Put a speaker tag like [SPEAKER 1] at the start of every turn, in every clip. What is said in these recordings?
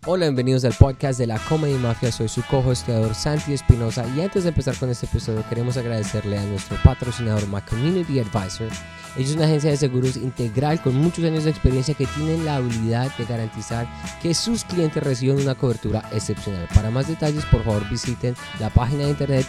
[SPEAKER 1] Hola, bienvenidos al podcast de la Comedy Mafia. Soy su co-hosteador Santi Espinosa y antes de empezar con este episodio queremos agradecerle a nuestro patrocinador My Community Advisor. Ellos es una agencia de seguros integral con muchos años de experiencia que tienen la habilidad de garantizar que sus clientes reciban una cobertura excepcional. Para más detalles, por favor visiten la página de internet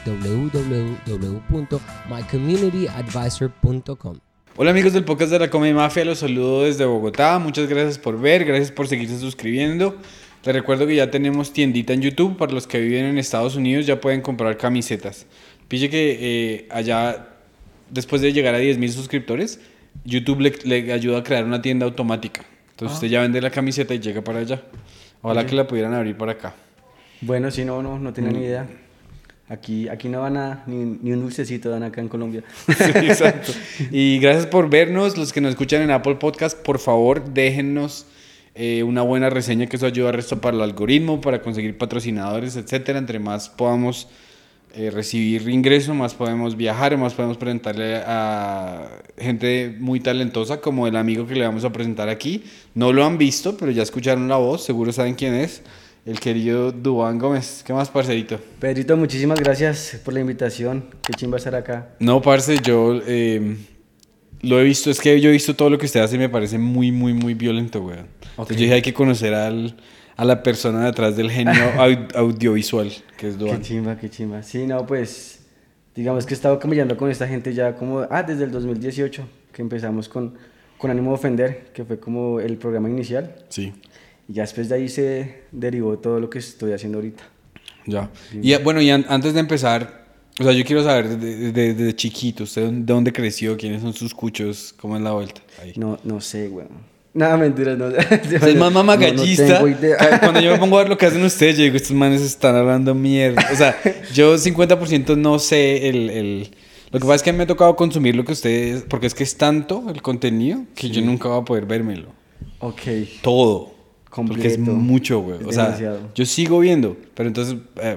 [SPEAKER 1] www.mycommunityadvisor.com.
[SPEAKER 2] Hola amigos del podcast de la Comedy Mafia, los saludo desde Bogotá. Muchas gracias por ver, gracias por seguirse suscribiendo. Les recuerdo que ya tenemos tiendita en YouTube. Para los que viven en Estados Unidos ya pueden comprar camisetas. Pille que allá, después de llegar a 10,000 suscriptores, YouTube le ayuda a crear una tienda automática. Entonces usted ya vende la camiseta y llega para allá. Ojalá que la pudieran abrir para acá.
[SPEAKER 3] Bueno, sí, no tenía ni idea. Aquí no van a ni un dulcecito dan acá en Colombia.
[SPEAKER 2] Sí, exacto. Y gracias por vernos. Los que nos escuchan en Apple Podcast, por favor, déjennos una buena reseña, que eso ayuda al resto para el algoritmo, para conseguir patrocinadores, etcétera. Entre más podamos recibir ingreso, más podemos viajar, más podemos presentarle a gente muy talentosa como el amigo que le vamos a presentar aquí. No lo han visto, pero ya escucharon la voz, seguro saben quién es. El querido Duván Gómez. ¿Qué más, parcerito?
[SPEAKER 3] Pedrito, muchísimas gracias por la invitación. Qué chimba estar acá.
[SPEAKER 2] No, parce, yo lo he visto. Es que yo he visto todo lo que usted hace y me parece muy, muy, muy violento, weón. Entonces yo dije, hay que conocer a la persona detrás del genio audiovisual, que es Duván.
[SPEAKER 3] Qué chimba. Sí, no, pues, digamos que he estado caminando con esta gente ya como, desde el 2018, que empezamos con Ánimo de Ofender, que fue como el programa inicial.
[SPEAKER 2] Sí.
[SPEAKER 3] Y ya después de ahí se derivó todo lo que estoy haciendo ahorita.
[SPEAKER 2] Ya. Y bueno, y antes de empezar, o sea, yo quiero saber desde chiquito, ¿usted de dónde creció? ¿Quiénes son sus cuchos? ¿Cómo es la vuelta? Ahí.
[SPEAKER 3] No sé, weón. Nada, mentiras, no.
[SPEAKER 2] Es más mamagallista. Cuando yo me pongo a ver lo que hacen ustedes, yo digo, estos manes están hablando mierda. O sea, yo 50% no sé Lo que pasa es que me ha tocado consumir lo que ustedes... Porque es que es tanto el contenido que yo nunca voy a poder vérmelo.
[SPEAKER 3] Ok.
[SPEAKER 2] Todo.
[SPEAKER 3] Completo.
[SPEAKER 2] Porque es mucho, güey. O sea,
[SPEAKER 3] demasiado.
[SPEAKER 2] yo sigo viendo, pero entonces,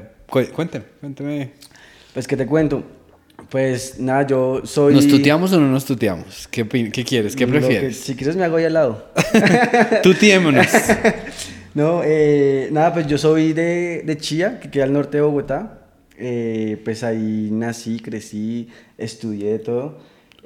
[SPEAKER 2] cuénteme.
[SPEAKER 3] Pues, ¿qué te cuento? Pues, nada, yo soy...
[SPEAKER 2] ¿Nos tuteamos o no nos tuteamos? ¿Qué quieres? ¿Qué prefieres?
[SPEAKER 3] Si quieres me hago ahí al lado.
[SPEAKER 2] Tuteémonos.
[SPEAKER 3] No, nada, pues yo soy de Chía, que queda al norte de Bogotá. Pues ahí nací, crecí, estudié todo.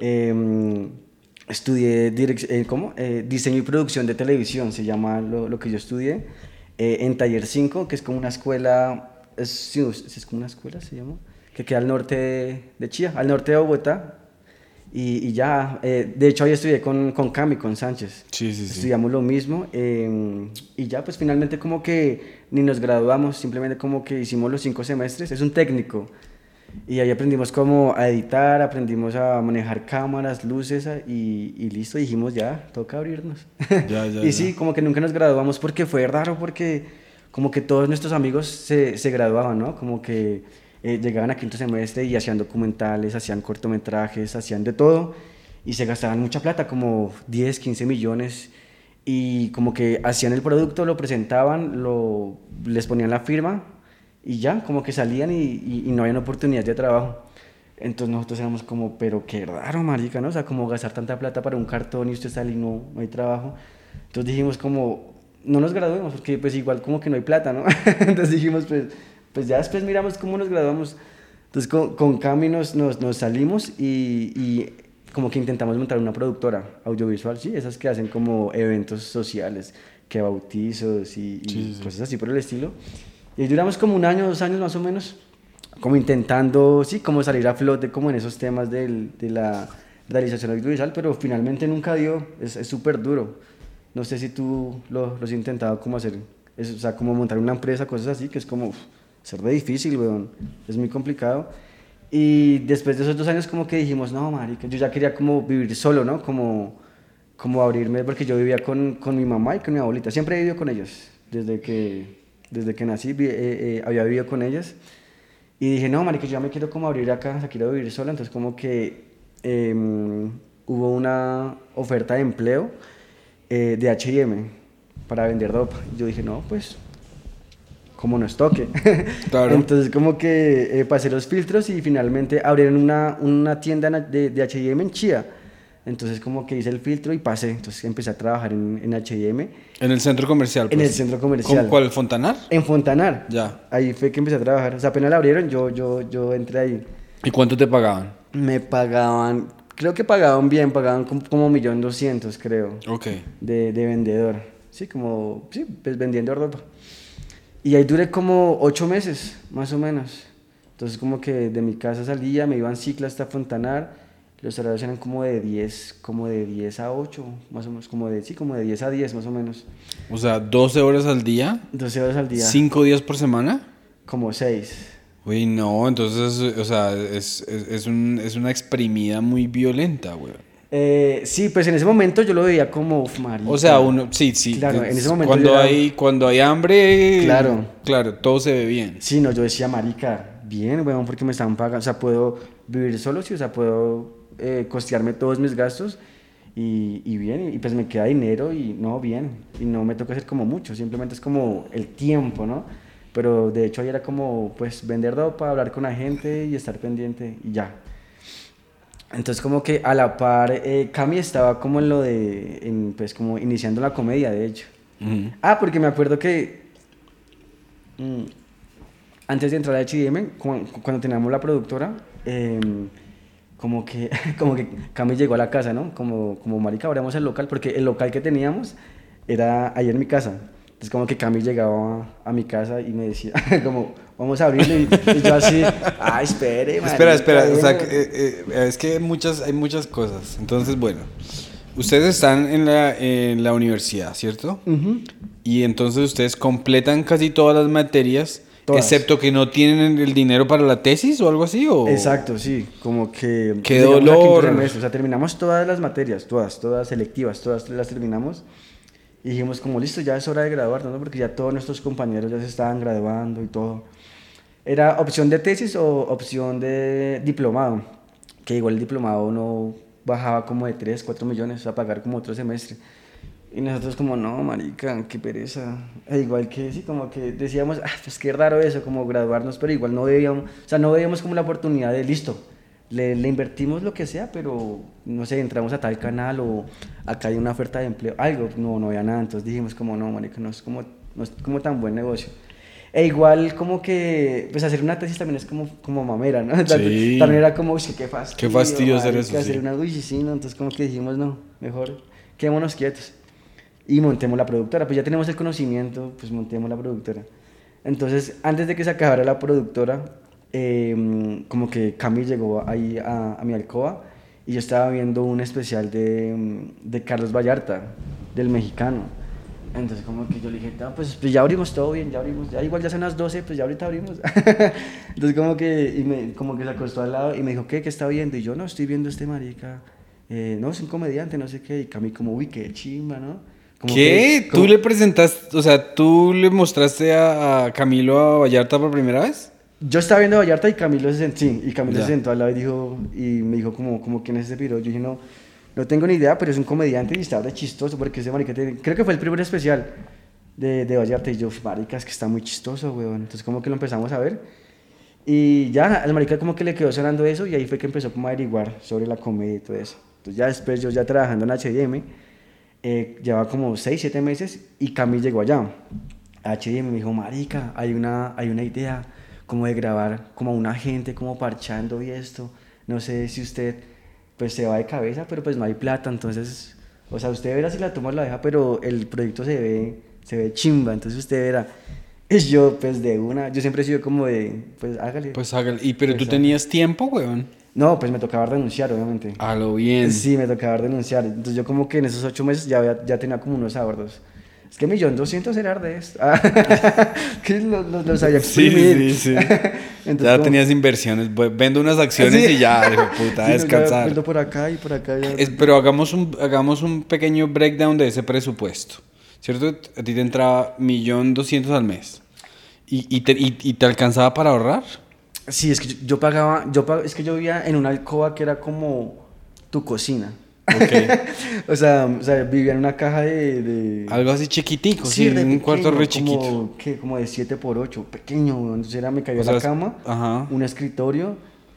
[SPEAKER 3] Estudié diseño y producción de televisión, se llama lo que yo estudié, en Taller 5, que es como una escuela, es como una escuela, se llama, que queda al norte de Chía, al norte de Bogotá, y ya, de hecho ahí estudié con Cami, con Sánchez,
[SPEAKER 2] Sí.
[SPEAKER 3] estudiamos lo mismo, y ya pues finalmente como que ni nos graduamos, simplemente como que hicimos los 5 semestres, es un técnico. Y ahí aprendimos cómo a editar, aprendimos a manejar cámaras, luces y listo, dijimos ya, toca abrirnos. Y sí, como que nunca nos graduamos porque fue raro, porque como que todos nuestros amigos se graduaban, ¿no? Como que llegaban a 5º semestre y hacían documentales, hacían cortometrajes, hacían de todo y se gastaban mucha plata, como 10, 15 millones y como que hacían el producto, lo presentaban, les ponían la firma y ya, como que salían y no habían oportunidades de trabajo. Entonces nosotros éramos como, pero qué raro, marica, ¿no? O sea, como gastar tanta plata para un cartón y usted sale y no hay trabajo. Entonces dijimos como, no nos graduemos, porque pues igual como que no hay plata, ¿no? Entonces dijimos, pues ya después miramos cómo nos graduamos. Entonces con Cami nos salimos y como que intentamos montar una productora audiovisual, ¿sí? Esas que hacen como eventos sociales, que bautizos y cosas así por el estilo. Y duramos como 1 año, 2 años más o menos, como intentando, sí, como salir a flote como en esos temas de la realización audiovisual, pero finalmente nunca dio, es súper duro. No sé si tú lo has intentado como hacer, o sea, como montar una empresa, cosas así, que es como ser de difícil, weón, es muy complicado. Y después de esos 2 años como que dijimos, no, marica, yo ya quería como vivir solo, ¿no? Como abrirme, porque yo vivía con mi mamá y con mi abuelita, siempre he vivido con ellos, desde que nací había vivido con ellas y dije, no, marica, yo ya me quiero como abrir acá, o sea, quiero vivir sola. Entonces como que hubo una oferta de empleo de H&M para vender ropa. Y yo dije, no, pues, como nos toque.
[SPEAKER 2] Claro.
[SPEAKER 3] Entonces como que pasé los filtros y finalmente abrieron una tienda de H&M en Chía. Entonces como que hice el filtro y pasé. Entonces empecé a trabajar en H&M.
[SPEAKER 2] En el centro comercial,
[SPEAKER 3] En
[SPEAKER 2] pues.
[SPEAKER 3] el centro comercial.
[SPEAKER 2] ¿Con cuál? ¿Fontanar?
[SPEAKER 3] En Fontanar.
[SPEAKER 2] Ya.
[SPEAKER 3] Ahí fue que empecé a trabajar. O sea, apenas la abrieron, yo entré ahí.
[SPEAKER 2] ¿Y cuánto te pagaban?
[SPEAKER 3] Me pagaban, creo que pagaban bien, pagaban como 1.200.000, creo.
[SPEAKER 2] Ok.
[SPEAKER 3] De vendedor. Sí, pues vendiendo ropa. Y ahí duré como 8 meses, más o menos. Entonces como que de mi casa salía, me iba en cicla hasta Fontanar. Los horarios eran como de 10 a 8, más o menos, como de 10 a 10, más o menos.
[SPEAKER 2] O sea, 12 horas al día.
[SPEAKER 3] 12 horas al día.
[SPEAKER 2] 5 días por semana.
[SPEAKER 3] Como 6.
[SPEAKER 2] Uy, no, entonces, o sea, es una exprimida muy violenta, güey.
[SPEAKER 3] Sí, pues en ese momento yo lo veía como, uf, marica.
[SPEAKER 2] O sea, uno, sí.
[SPEAKER 3] Claro, en ese momento
[SPEAKER 2] Cuando hay hambre,
[SPEAKER 3] claro,
[SPEAKER 2] todo se ve bien.
[SPEAKER 3] Sí, no, yo decía, marica, bien, weón, porque me están pagando, o sea, puedo vivir solo, sí, o sea, puedo costearme todos mis gastos y bien, y pues me queda dinero y no, bien, y no me toca hacer como mucho, simplemente es como el tiempo, ¿no? Pero de hecho ahí era como, pues, vender ropa, hablar con la gente y estar pendiente y ya. Entonces como que a la par, Cami estaba como en lo de, pues como iniciando la comedia, de hecho.
[SPEAKER 2] Uh-huh.
[SPEAKER 3] Porque me acuerdo que antes de entrar a H&M, cuando teníamos la productora, como que Cami llegó a la casa, ¿no? Como marica, abramos el local, porque el local que teníamos era ahí en mi casa. Entonces como que Cami llegaba a mi casa y me decía, como, vamos a abrirlo, y yo así, espere, marica.
[SPEAKER 2] Espera, o sea, es que hay muchas cosas. Entonces, bueno, ustedes están en la universidad, ¿cierto?
[SPEAKER 3] Uh-huh.
[SPEAKER 2] Y entonces ustedes completan casi todas las materias, excepto que no tienen el dinero para la tesis o algo así, ¿o?
[SPEAKER 3] Exacto, sí, como que...
[SPEAKER 2] ¡Qué dolor!
[SPEAKER 3] O sea, terminamos todas las materias, todas selectivas, todas las terminamos. Y dijimos como, listo, ya es hora de graduarnos, ¿no? Porque ya todos nuestros compañeros ya se estaban graduando y todo. Era opción de tesis o opción de diplomado, que igual el diplomado no bajaba como de 3, 4 millones a pagar como otro semestre. Y nosotros como, no, marica, qué pereza. Igual que sí, como que decíamos, pues qué raro eso, como graduarnos, pero igual no veíamos como la oportunidad de, listo, le invertimos lo que sea, pero no sé, entramos a tal canal o acá hay una oferta de empleo, algo, no había nada. Entonces dijimos como, no, marica, no es como tan buen negocio. Igual como que, pues hacer una tesis también es como mamera, ¿no?
[SPEAKER 2] Sí.
[SPEAKER 3] También era como, uy, qué fastidio.
[SPEAKER 2] Qué fastidio hacer eso,
[SPEAKER 3] hacer
[SPEAKER 2] sí.
[SPEAKER 3] una, uy, sí, ¿no? Entonces como que dijimos, no, mejor quedémonos quietos y montemos la productora. Pues ya tenemos el conocimiento, pues montemos la productora. Entonces, antes de que se acabara la productora, como que Cami llegó ahí a mi alcoba y yo estaba viendo un especial de Carlos Vallarta, del mexicano. Entonces como que yo le dije, no, pues ya abrimos todo bien, ya abrimos, ya igual ya son las 12, pues ya ahorita abrimos. Entonces como que se acostó al lado y me dijo, ¿qué está viendo? Y yo, no, estoy viendo este marica, no, es un comediante, no sé qué. Y Cami como, uy, qué chimba, ¿no? Como
[SPEAKER 2] ¿Qué? ¿Tú le presentaste, o sea, tú le mostraste a Camilo a Vallarta por primera vez?
[SPEAKER 3] Yo estaba viendo a Vallarta y Camilo se sentó, sí, y Camilo
[SPEAKER 2] Ya.
[SPEAKER 3] se sentó al lado y me dijo como ¿quién es ese piro? Yo dije, no tengo ni idea, pero es un comediante y está de chistoso, porque ese marica creo que fue el primer especial de Vallarta, y yo, marica, es que está muy chistoso, weón. Entonces como que lo empezamos a ver, y ya, al marica como que le quedó sonando eso, y ahí fue que empezó como a averiguar sobre la comedia y todo eso. Entonces ya después, yo ya trabajando en H&M, llevaba como 6, 7 meses, y Camilo llegó allá, a H&M, me dijo, marica, hay una idea como de grabar como a una gente, como parchando y esto, no sé si usted pues se va de cabeza, pero pues no hay plata, entonces, o sea, usted verá si la toma o la deja, pero el proyecto se ve chimba, entonces usted verá. Y yo, pues de una, yo siempre he sido como de, pues hágale.
[SPEAKER 2] Pues hágale. Pero
[SPEAKER 3] Pues,
[SPEAKER 2] tú tenías tiempo, weón.
[SPEAKER 3] No, pues me tocaba renunciar, obviamente.
[SPEAKER 2] A lo bien.
[SPEAKER 3] Sí, me tocaba renunciar, entonces yo como que en esos 8 meses ya tenía como unos ahorros. Es que 1.200.000 era de esto. Que los sabía exprimir.
[SPEAKER 2] Sí.
[SPEAKER 3] Entonces,
[SPEAKER 2] Ya
[SPEAKER 3] como,
[SPEAKER 2] tenías inversiones. Vendo unas acciones
[SPEAKER 3] sí.
[SPEAKER 2] y ya, hijo de puta, a
[SPEAKER 3] sí,
[SPEAKER 2] descansar.
[SPEAKER 3] vendo por acá y por acá. Ya.
[SPEAKER 2] Pero hagamos un pequeño breakdown de ese presupuesto. ¿Cierto? A ti te entraba 1.200.000 al mes. ¿Y te alcanzaba para ahorrar?
[SPEAKER 3] Sí, es que yo es que yo vivía en una alcoba que era como tu cocina.
[SPEAKER 2] Ok.
[SPEAKER 3] o sea, vivía en una caja de...
[SPEAKER 2] Algo así chiquitico,
[SPEAKER 3] Sí, de
[SPEAKER 2] un
[SPEAKER 3] pequeño,
[SPEAKER 2] cuarto re chiquito.
[SPEAKER 3] Como de 7x8, pequeño, weón. Entonces me cabía
[SPEAKER 2] O sea,
[SPEAKER 3] la cama,
[SPEAKER 2] ajá.
[SPEAKER 3] un escritorio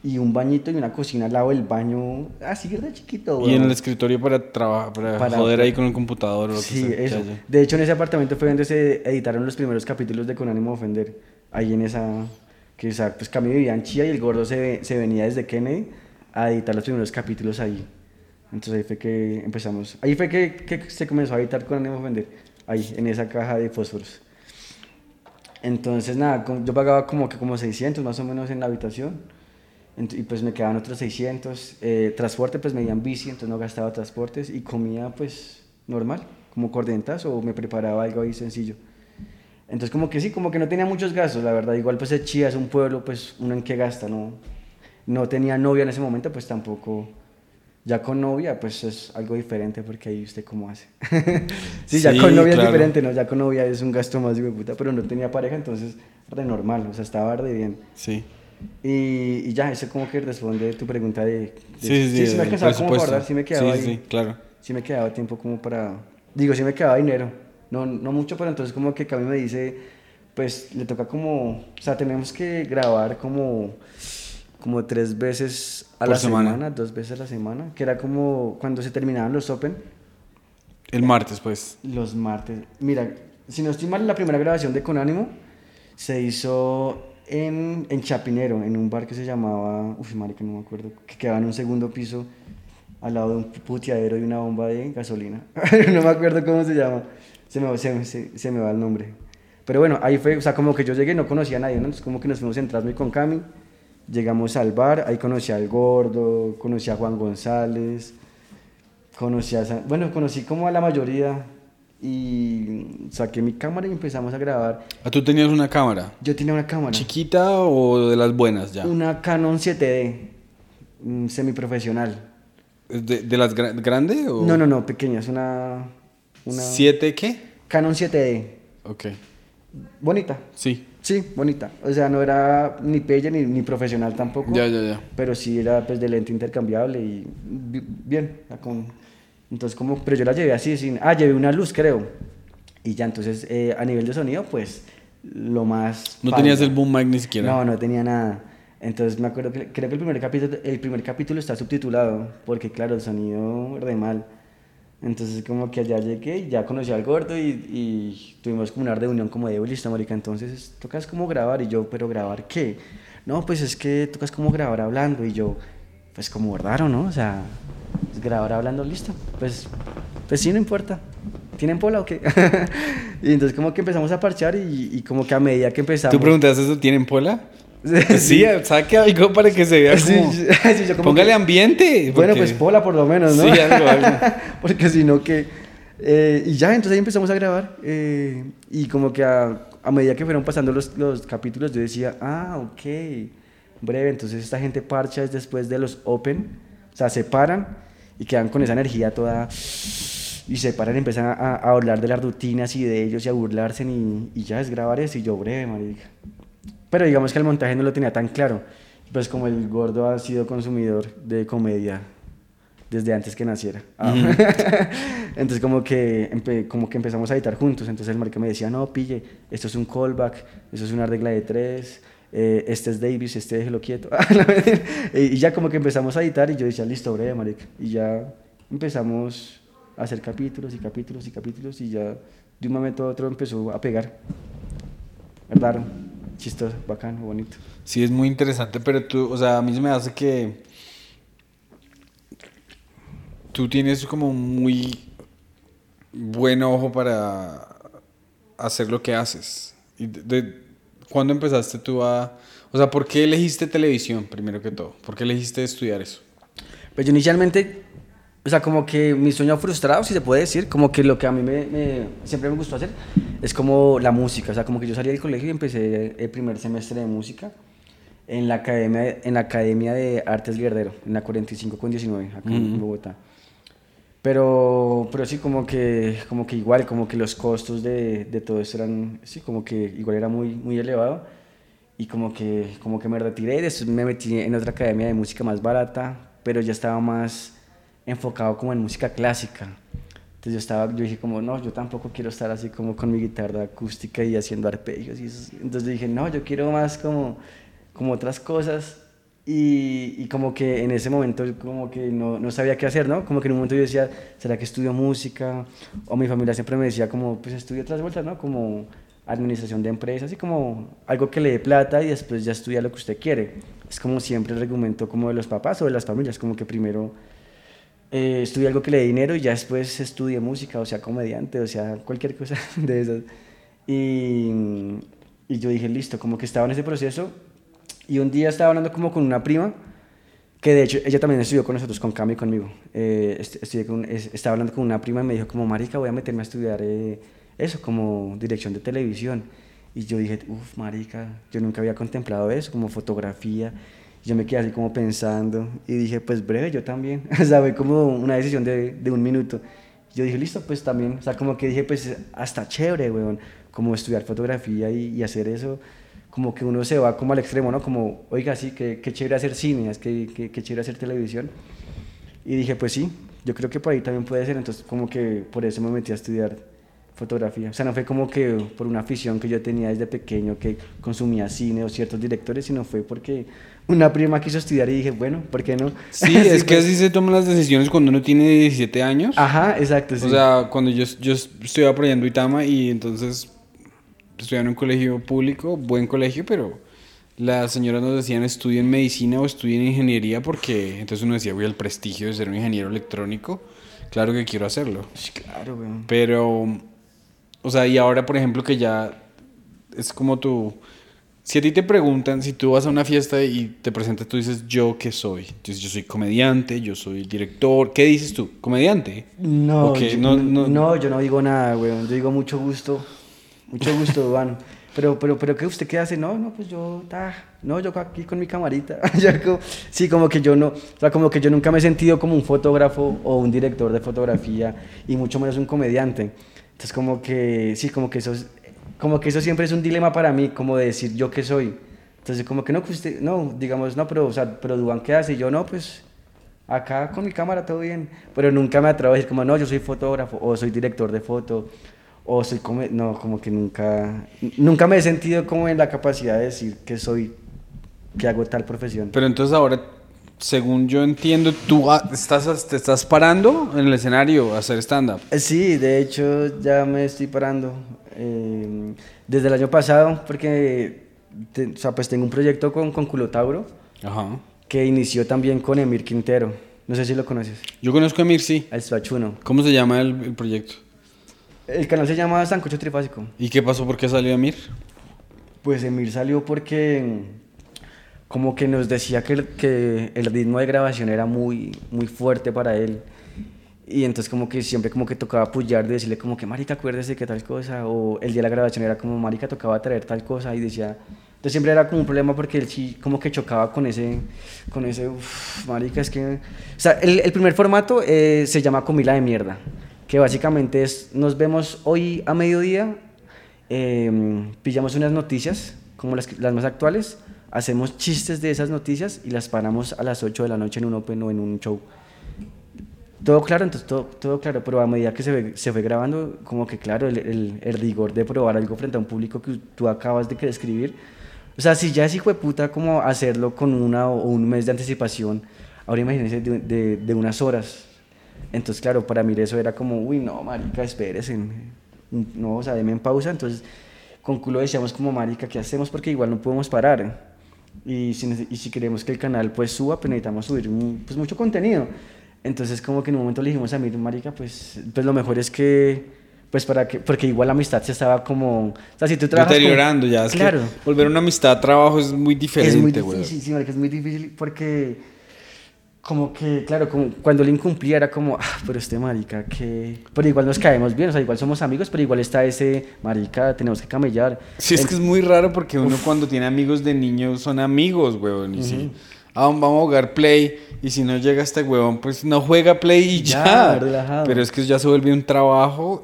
[SPEAKER 3] y un bañito y una cocina al lado del baño, así de chiquito,
[SPEAKER 2] Y
[SPEAKER 3] weón.
[SPEAKER 2] en el escritorio para trabajar, para joder ahí con el computador o lo que
[SPEAKER 3] Sí,
[SPEAKER 2] sea.
[SPEAKER 3] eso.
[SPEAKER 2] Ya, ya.
[SPEAKER 3] De hecho, en ese apartamento fue donde se editaron los primeros capítulos de Con ánimo de ofender. Ahí en esa... Que, o sea, pues Cami vivía en Chía y el gordo se venía desde Kennedy a editar los primeros capítulos ahí. Entonces ahí fue que empezamos. Ahí fue que se comenzó a editar Con ánimo de ofender. Ahí, en esa caja de fósforos. Entonces, nada, yo pagaba como 600 más o menos en la habitación. Y pues me quedaban otros 600. Transporte, pues me iban bici, entonces no gastaba transportes. Y comía, pues, normal, como cordentas o me preparaba algo ahí sencillo. Entonces, como que sí, como que no tenía muchos gastos, la verdad. Igual, pues, Chía es un pueblo, pues, uno en qué gasta, ¿no? No tenía novia en ese momento, pues tampoco. Ya con novia, pues es algo diferente porque ahí usted cómo hace. Sí, ya
[SPEAKER 2] Sí,
[SPEAKER 3] con novia
[SPEAKER 2] claro.
[SPEAKER 3] es diferente, ¿no? Ya con novia es un gasto más de puta, pero no tenía pareja, entonces re normal, o sea, estaba re bien.
[SPEAKER 2] Sí.
[SPEAKER 3] Y ya, eso como que responde tu pregunta de
[SPEAKER 2] Sí,
[SPEAKER 3] sí me
[SPEAKER 2] del
[SPEAKER 3] alcanzaba como para
[SPEAKER 2] presupuesto.
[SPEAKER 3] guardar, sí me quedaba ahí.
[SPEAKER 2] Sí, claro.
[SPEAKER 3] Sí me quedaba tiempo como para, digo, sí me quedaba dinero, no mucho, pero entonces como que Cami me dice, pues le toca como, o sea, tenemos que grabar como 3 veces a
[SPEAKER 2] Por
[SPEAKER 3] la
[SPEAKER 2] semana.
[SPEAKER 3] semana, 2 veces a la semana, que era como cuando se terminaban los Open,
[SPEAKER 2] El martes, pues.
[SPEAKER 3] los martes. Mira, si no estoy mal, la primera grabación de Con Ánimo se hizo en Chapinero, en un bar que se llamaba, marica, no me acuerdo, que quedaba en un segundo piso al lado de un puteadero y una bomba de gasolina. No me acuerdo cómo se llama, se me va el nombre. Pero bueno, ahí fue, o sea, como que yo llegué y no conocía a nadie, ¿no? Entonces como que nos fuimos entrando y con Cami, llegamos al bar, ahí conocí al Gordo, conocí a Juan González, conocí como a la mayoría y saqué mi cámara y empezamos a grabar.
[SPEAKER 2] ¿Ah, tú tenías una cámara?
[SPEAKER 3] Yo tenía una cámara,
[SPEAKER 2] ¿Chiquita o de las buenas ya?
[SPEAKER 3] una Canon 7D, semiprofesional.
[SPEAKER 2] ¿De las grandes o...?
[SPEAKER 3] No, pequeña, es una
[SPEAKER 2] ¿7 qué?
[SPEAKER 3] Canon 7D,
[SPEAKER 2] Ok.
[SPEAKER 3] bonita.
[SPEAKER 2] Sí.
[SPEAKER 3] Sí, bonita. O sea, no era ni pelle ni profesional tampoco.
[SPEAKER 2] Ya.
[SPEAKER 3] Pero sí era pues de lente intercambiable y bien. O sea, entonces pero yo la llevé así, llevé una luz creo. Y ya entonces a nivel de sonido pues lo más...
[SPEAKER 2] ¿No
[SPEAKER 3] paila.
[SPEAKER 2] tenías el boom mic ni siquiera?
[SPEAKER 3] No tenía nada. Entonces me acuerdo que creo que el primer capítulo está subtitulado porque claro, el sonido re mal. Entonces como que allá llegué y ya conocí al Gordo y tuvimos como una reunión como de listo, marica, entonces tocas como grabar y yo, pero ¿grabar qué? No, pues es que tocas como grabar hablando y yo, pues como raro, ¿no? O sea, pues, grabar hablando, listo, pues sí, no importa. ¿Tienen pola o qué? Y entonces como que empezamos a parchar y como que a medida que empezamos...
[SPEAKER 2] ¿Tú preguntaste eso? ¿Tienen pola? Sí, saque algo para que se vea como...
[SPEAKER 3] Sí, yo como
[SPEAKER 2] Póngale
[SPEAKER 3] que-
[SPEAKER 2] ambiente.
[SPEAKER 3] Bueno,
[SPEAKER 2] porque-
[SPEAKER 3] pues pola por lo menos, ¿no?
[SPEAKER 2] Sí, algo.
[SPEAKER 3] Porque si no que... y ya, entonces ahí empezamos a grabar. Y como que a medida que fueron pasando los capítulos, yo decía, ok, breve, entonces esta gente parcha es después de los Open. O sea, se paran y quedan con esa energía toda... Y se paran y empiezan a hablar de las rutinas y de ellos y a burlarse y ya es grabar eso. Y yo, breve, marica. Pero digamos que el montaje no lo tenía tan claro. Pues como el Gordo ha sido consumidor de comedia desde antes que naciera. Entonces como que empezamos a editar juntos. Entonces el marica me decía, no, pille, esto es un callback, esto es una regla de 3, este es Davis, este déjelo quieto. Y ya como que empezamos a editar y yo decía, listo, breve, marica. Y ya empezamos a hacer capítulos y capítulos y capítulos y ya de un momento a otro empezó a pegar. Raro, chistoso, bacano, bonito.
[SPEAKER 2] Sí, es muy interesante, pero tú, o sea, a mí se me hace que tú tienes como un muy buen ojo para hacer lo que haces. ¿Cuándo empezaste tú a...? O sea, ¿por qué elegiste televisión, primero que todo? ¿Por qué elegiste estudiar eso?
[SPEAKER 3] Pues yo inicialmente, o sea, como que mi sueño frustrado, si se puede decir, como que lo que a mí siempre me gustó hacer es como la música. O sea, como que yo salí del colegio y empecé el primer semestre de música en la Academia de Artes Guerdero, en la 45 con 19, acá en Bogotá. Pero sí, como que igual, como que los costos de todo eso eran, sí, como que igual era muy, muy elevado. Y como que me retiré y después me metí en otra academia de música más barata, pero ya estaba más enfocado como en música clásica. Entonces yo dije como, no, yo tampoco quiero estar así como con mi guitarra acústica y haciendo arpegios. Entonces dije, no, yo quiero más como otras cosas. Y como que en ese momento como que no sabía qué hacer, ¿no? Como que en un momento yo decía, ¿será que estudio música? O mi familia siempre me decía como, pues estudia otras vueltas, ¿no? Como administración de empresas y como algo que le dé plata y después ya estudia lo que usted quiere. Es como siempre el argumento como de los papás o de las familias, como que primero estudie algo que le dé dinero y ya después estudie música, o sea, comediante, o sea, cualquier cosa de esas. Y, y yo dije, listo, como que estaba en ese proceso. Y un día estaba hablando como con una prima, que de hecho ella también estudió con nosotros, con Cami y conmigo. Estaba hablando con una prima y me dijo como, marica, voy a meterme a estudiar eso, como dirección de televisión. Y yo dije, uff, marica, yo nunca había contemplado eso, como fotografía. Y yo me quedé así como pensando y dije, pues breve, yo también. O sea, fue como una decisión de un minuto. Yo dije, listo, pues también. O sea, como que dije, pues hasta chévere, weón, como estudiar fotografía y hacer eso, como que uno se va como al extremo, ¿no? Como, oiga, sí, qué chévere hacer cine, es que chévere hacer televisión. Y dije, pues sí, yo creo que por ahí también puede ser, entonces como que por eso me metí a estudiar fotografía. O sea, no fue como que por una afición que yo tenía desde pequeño que consumía cine o ciertos directores, sino fue porque una prima quiso estudiar y dije, bueno, ¿por qué no?
[SPEAKER 2] Sí, es que así se toman las decisiones cuando uno tiene 17 años.
[SPEAKER 3] Ajá, exacto, sí.
[SPEAKER 2] O sea, cuando yo estudiaba por allá en Duitama y entonces estudiaba en un colegio público, buen colegio, pero las señoras nos decían estudien medicina o estudien ingeniería porque entonces uno decía, voy al prestigio de ser un ingeniero electrónico, claro que quiero hacerlo.
[SPEAKER 3] Sí, claro, güey.
[SPEAKER 2] Pero, o sea, y ahora por ejemplo que ya es como tú, si a ti te preguntan, si tú vas a una fiesta y te presentas, tú dices, ¿yo qué soy? Entonces yo soy comediante, yo soy director, ¿qué dices tú? ¿Comediante?
[SPEAKER 3] No,
[SPEAKER 2] Okay,
[SPEAKER 3] no, yo no digo nada, güey. Yo digo mucho gusto, Duan. Pero ¿qué usted qué hace? No, pues yo, no, yo aquí con mi camarita. Sí, como que yo no, o sea, como que yo nunca me he sentido como un fotógrafo o un director de fotografía y mucho menos un comediante. Entonces como que, sí, como que eso siempre es un dilema para mí, como de decir yo qué soy. Entonces como que no, que usted, no, digamos, no, pero, o sea, pero Duan, ¿qué hace? Y yo, no, pues acá con mi cámara todo bien, pero nunca me atrevo a decir como, no, yo soy fotógrafo o soy director de foto o soy no, como que nunca me he sentido como en la capacidad de decir que soy, que hago tal profesión.
[SPEAKER 2] Pero entonces ahora, según yo entiendo, tú te estás parando en el escenario a hacer stand-up.
[SPEAKER 3] Sí, de hecho ya me estoy parando desde el año pasado porque o sea, pues tengo un proyecto con Culotauro.
[SPEAKER 2] Ajá.
[SPEAKER 3] Que inició también con Emir Quintero. No sé si lo conoces.
[SPEAKER 2] Yo conozco a Emir, sí.
[SPEAKER 3] El Suachuno.
[SPEAKER 2] ¿Cómo se llama el proyecto?
[SPEAKER 3] El canal se llama Sancocho Trifásico.
[SPEAKER 2] ¿Y qué pasó? ¿Por qué salió Emir?
[SPEAKER 3] Pues Emir salió porque como que nos decía que el ritmo de grabación era muy, muy fuerte para él. Y entonces como que siempre como que tocaba apoyar, de decirle como que marica, acuérdese que tal cosa. O el día de la grabación era como marica, tocaba traer tal cosa y decía... Entonces siempre era como un problema porque él sí como que chocaba con ese marica, es que... O sea, el primer formato se llama Comila de Mierda, que básicamente es, nos vemos hoy a mediodía, pillamos unas noticias, como las más actuales, hacemos chistes de esas noticias y las paramos a las 8 de la noche en un open o en un show. Todo claro, entonces todo claro, pero a medida que se fue grabando, como que claro, el rigor de probar algo frente a un público que tú acabas de describir. O sea, si ya es hijo de puta como hacerlo con una o un mes de anticipación, ahora imagínense de unas horas. Entonces, claro, para mí eso era como, uy, no, marica, espérese. No, o sea, deme en pausa. Entonces, con culo decíamos como, marica, ¿qué hacemos? Porque igual no podemos parar. Y si queremos que el canal pues suba, pues necesitamos subir pues, mucho contenido. Entonces, como que en un momento le dijimos a mí, marica, pues lo mejor es que... Pues porque igual la amistad se estaba como... O sea, si tú trabajas
[SPEAKER 2] deteriorando ya. Es
[SPEAKER 3] claro.
[SPEAKER 2] Que volver a una amistad a trabajo es muy diferente,
[SPEAKER 3] güey. Es muy difícil, sí, marica, es muy difícil porque... Como que, claro, como cuando le incumplía era como... pero este marica que... Pero igual nos caemos bien, o sea, igual somos amigos, pero igual está ese... Marica, tenemos que camellar.
[SPEAKER 2] Sí, es que es muy raro porque uno cuando tiene amigos de niños son amigos, huevón. Y si vamos a jugar Play y si no llega este huevón, pues no juega Play y ya.
[SPEAKER 3] Relajado.
[SPEAKER 2] Pero es que ya se vuelve un trabajo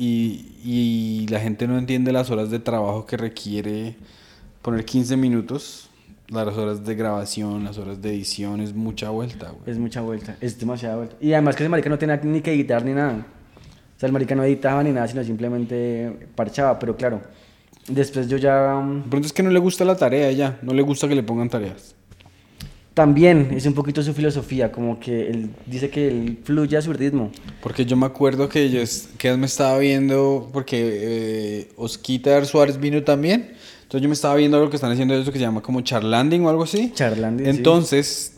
[SPEAKER 2] y la gente no entiende las horas de trabajo que requiere poner 15 minutos. Las horas de grabación, las horas de edición, es mucha vuelta, güey.
[SPEAKER 3] Es mucha vuelta, es demasiada vuelta. Y además que ese marica no tenía ni que editar ni nada. O sea, el marica no editaba ni nada, sino simplemente parchaba. Pero claro, después yo ya...
[SPEAKER 2] De pronto es que no le gusta la tarea ya, no le gusta que le pongan tareas.
[SPEAKER 3] También es un poquito su filosofía, como que él dice que él fluye a su ritmo.
[SPEAKER 2] Porque yo me acuerdo que que me estaba viendo, porque Osquitar Suárez vino también. Entonces yo me estaba viendo lo que están haciendo eso que se llama como charlanding o algo así.
[SPEAKER 3] Charlanding, sí.
[SPEAKER 2] Entonces,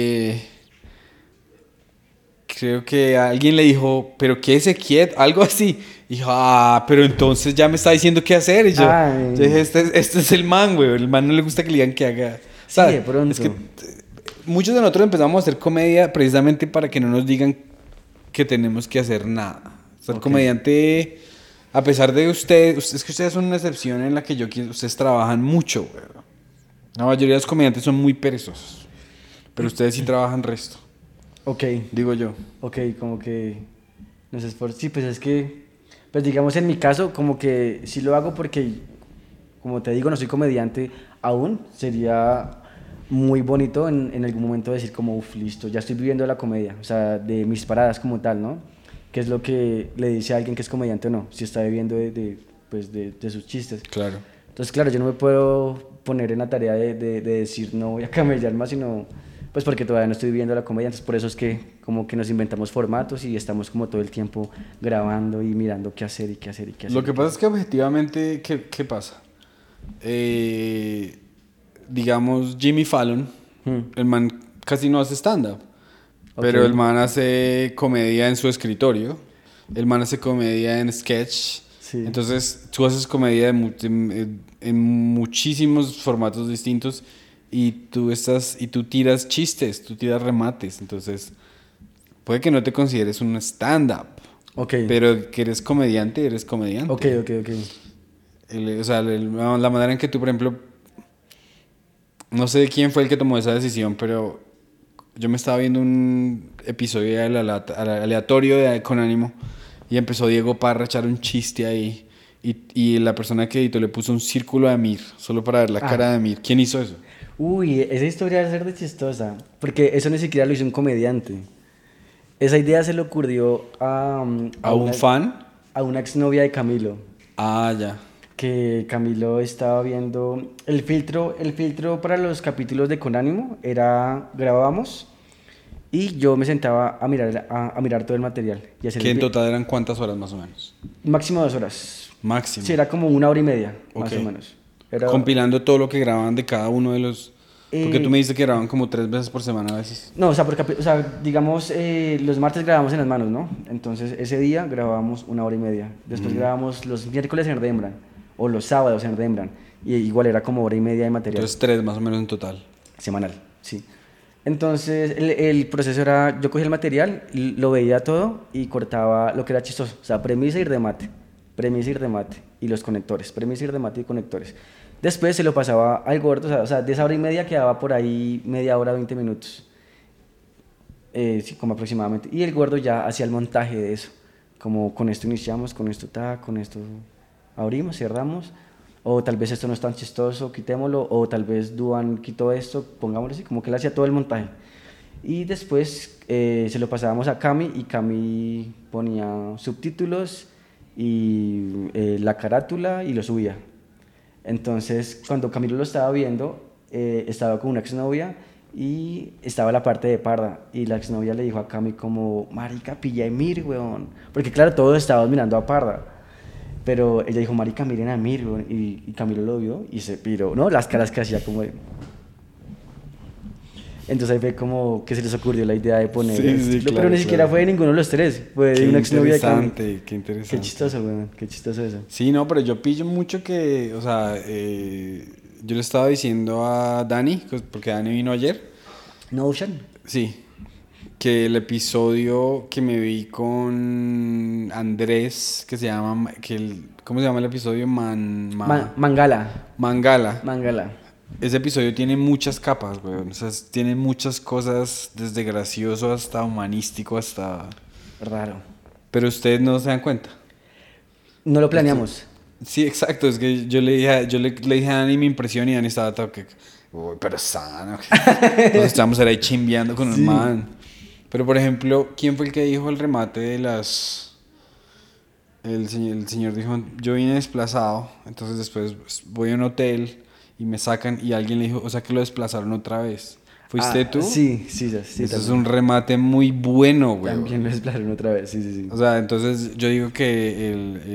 [SPEAKER 2] creo que alguien le dijo, pero quédese quieto, algo así. Y dijo, pero entonces ya me está diciendo qué hacer. Y yo dije, este es el man, güey. El man no le gusta que le digan que haga.
[SPEAKER 3] Sí, de pronto.
[SPEAKER 2] Es que muchos de nosotros empezamos a hacer comedia precisamente para que no nos digan que tenemos que hacer nada. Ser comediante, a pesar de es que ustedes son una excepción en la que ustedes trabajan mucho, güey. La mayoría de los comediantes son muy perezosos, pero ustedes sí trabajan resto.
[SPEAKER 3] Ok.
[SPEAKER 2] Digo yo.
[SPEAKER 3] Ok, como que nos esforzamos. Sí, pues es que, pues digamos en mi caso, como que sí lo hago porque, como te digo, no soy comediante aún. Sería muy bonito en algún momento decir como, uff, listo, ya estoy viviendo la comedia, o sea, de mis paradas como tal, ¿no? Que es lo que le dice a alguien que es comediante o no, si está viviendo de sus chistes.
[SPEAKER 2] Claro.
[SPEAKER 3] Entonces, claro, yo no me puedo poner en la tarea de decir no voy a camellar más, sino pues porque todavía no estoy viviendo la comedia. Entonces por eso es que como que nos inventamos formatos y estamos como todo el tiempo grabando y mirando qué hacer y qué hacer y qué hacer.
[SPEAKER 2] Lo que pasa es que objetivamente, ¿qué pasa? Digamos, Jimmy Fallon, el man casi no hace stand-up, pero el man hace comedia en su escritorio, el man hace comedia en sketch. Sí. Entonces tú haces comedia en muchísimos formatos distintos y tú tiras chistes, tú tiras remates. Entonces puede que no te consideres un stand-up, pero que eres comediante, eres comediante.
[SPEAKER 3] Ok.
[SPEAKER 2] O sea, la manera en que tú, por ejemplo, no sé quién fue el que tomó esa decisión, pero yo me estaba viendo un episodio aleatorio de Con Ánimo y empezó Diego Parra a echar un chiste ahí y la persona que editó le puso un círculo a Amir, solo para ver la cara de Amir. ¿Quién hizo eso?
[SPEAKER 3] Uy, esa historia va a ser de chistosa, porque eso ni siquiera lo hizo un comediante. Esa idea se le ocurrió a
[SPEAKER 2] un fan,
[SPEAKER 3] a una exnovia de Camilo.
[SPEAKER 2] Ya.
[SPEAKER 3] Que Camilo estaba viendo el filtro para los capítulos de Con Ánimo era grabábamos y yo me sentaba a mirar todo el material y hacer.
[SPEAKER 2] ¿Que en total eran cuántas horas más o menos?
[SPEAKER 3] Máximo 2 horas.
[SPEAKER 2] Máximo.
[SPEAKER 3] Sí, era como 1 hora y media, más o menos. Era...
[SPEAKER 2] compilando todo lo que grababan de cada uno de los... Porque tú me dijiste que grababan como 3 veces por semana a veces.
[SPEAKER 3] No, o sea, digamos, los martes grabamos en Las Manos, ¿no? Entonces ese día grabábamos 1 hora y media. Después grabábamos los miércoles en Rembrandt o los sábados en Rembrandt. Y igual era como 1 hora y media de material.
[SPEAKER 2] Entonces 3 más o menos en total.
[SPEAKER 3] Semanal, sí. Entonces el proceso era, yo cogía el material, lo veía todo y cortaba lo que era chistoso. O sea, premisa y remate. Y los conectores. Premisa y remate y conectores. Después se lo pasaba al gordo, o sea, de esa 1 hora y media quedaba por ahí media hora, 20 minutos. Sí, como aproximadamente. Y el gordo ya hacía el montaje de eso. Como con esto iniciamos, con esto con esto abrimos, cerramos. O tal vez esto no es tan chistoso, quitémoslo. O tal vez Duan quitó esto, pongámoslo así. Como que él hacía todo el montaje. Y después se lo pasábamos a Cami y Cami ponía subtítulos y la carátula y lo subía. Entonces, cuando Camilo lo estaba viendo, estaba con una exnovia y estaba la parte de Parda. Y la exnovia le dijo a Cami como, marica, pilla a Emir, weón. Porque claro, todos estábamos mirando a Parda. Pero ella dijo, marica, miren a Emir, weón. Y Camilo lo vio y se piró, ¿no? Las caras que hacía como de... Entonces ahí fue como que se les ocurrió la idea de poner claro, pero ni siquiera fue de ninguno de los 3, fue de una exnovia de Cami.
[SPEAKER 2] Qué interesante.
[SPEAKER 3] Qué chistoso, weón, qué chistoso eso.
[SPEAKER 2] Sí, no, pero yo pillo mucho que, o sea, yo le estaba diciendo a Dani, porque Dani vino ayer.
[SPEAKER 3] Notion.
[SPEAKER 2] Sí, que el episodio que me vi con Andrés, que se llama, ¿cómo se llama el episodio?
[SPEAKER 3] Mangala.
[SPEAKER 2] Ese episodio tiene muchas capas, güey. O sea, tiene muchas cosas, desde gracioso hasta humanístico, hasta...
[SPEAKER 3] raro.
[SPEAKER 2] Pero ustedes no se dan cuenta.
[SPEAKER 3] No lo planeamos.
[SPEAKER 2] Sí, exacto. Es que yo le dije a Dani mi impresión y Dani estaba todo que... Uy, pero sano. Entonces estábamos ahí chimbeando con un man. Pero, por ejemplo, ¿quién fue el que dijo el remate de las... El señor dijo, yo vine desplazado, entonces después voy a un hotel... y me sacan y alguien le dijo, o sea que lo desplazaron otra vez. ¿Fuiste tú?
[SPEAKER 3] Sí,
[SPEAKER 2] Eso es
[SPEAKER 3] también.
[SPEAKER 2] un remate muy bueno, güey.
[SPEAKER 3] También lo explaron otra vez, sí.
[SPEAKER 2] O sea, entonces yo digo que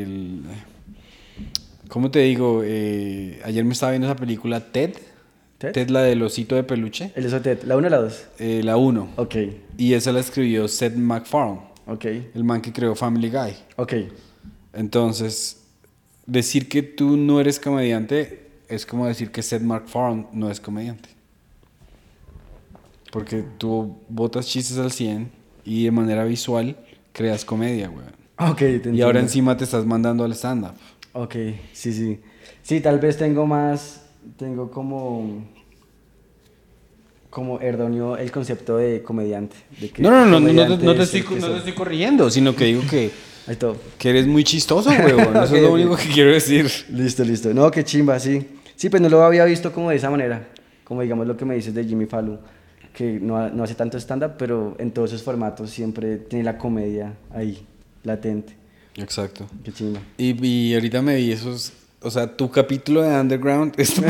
[SPEAKER 2] ¿cómo te digo? Ayer me estaba viendo esa película Ted.
[SPEAKER 3] ¿Ted?
[SPEAKER 2] Ted, la del osito de peluche.
[SPEAKER 3] El Esotet, ¿la 1 o la 2?
[SPEAKER 2] La 1.
[SPEAKER 3] Ok,
[SPEAKER 2] Y esa la escribió Seth MacFarlane,
[SPEAKER 3] ok,
[SPEAKER 2] el man que creó Family Guy.
[SPEAKER 3] ok.
[SPEAKER 2] Entonces, decir que tú no eres comediante es como decir que Seth MacFarlane no es comediante. Porque tú botas chistes al 100 y de manera visual creas comedia, güey.
[SPEAKER 3] Ok, te
[SPEAKER 2] Y
[SPEAKER 3] entiendo.
[SPEAKER 2] ahora encima te estás mandando al stand-up.
[SPEAKER 3] Ok, sí. Sí, tal vez tengo como erróneo el concepto de comediante. De que
[SPEAKER 2] No te
[SPEAKER 3] comediante es
[SPEAKER 2] estoy,
[SPEAKER 3] el que
[SPEAKER 2] no te
[SPEAKER 3] soy.
[SPEAKER 2] estoy corrigiendo, sino que digo
[SPEAKER 3] Ahí todo.
[SPEAKER 2] que eres muy chistoso, güey. Eso
[SPEAKER 3] Ok,
[SPEAKER 2] es lo
[SPEAKER 3] ok.
[SPEAKER 2] único que quiero decir.
[SPEAKER 3] Listo. No, qué chimba, sí. Sí, pues no lo había visto como de esa manera. Como digamos lo que me dices de Jimmy Fallon, que no hace tanto stand-up, pero en todos sus formatos siempre tiene la comedia ahí, latente.
[SPEAKER 2] Exacto.
[SPEAKER 3] Qué chimba.
[SPEAKER 2] Y ahorita me vi esos... O sea, tu capítulo de Underground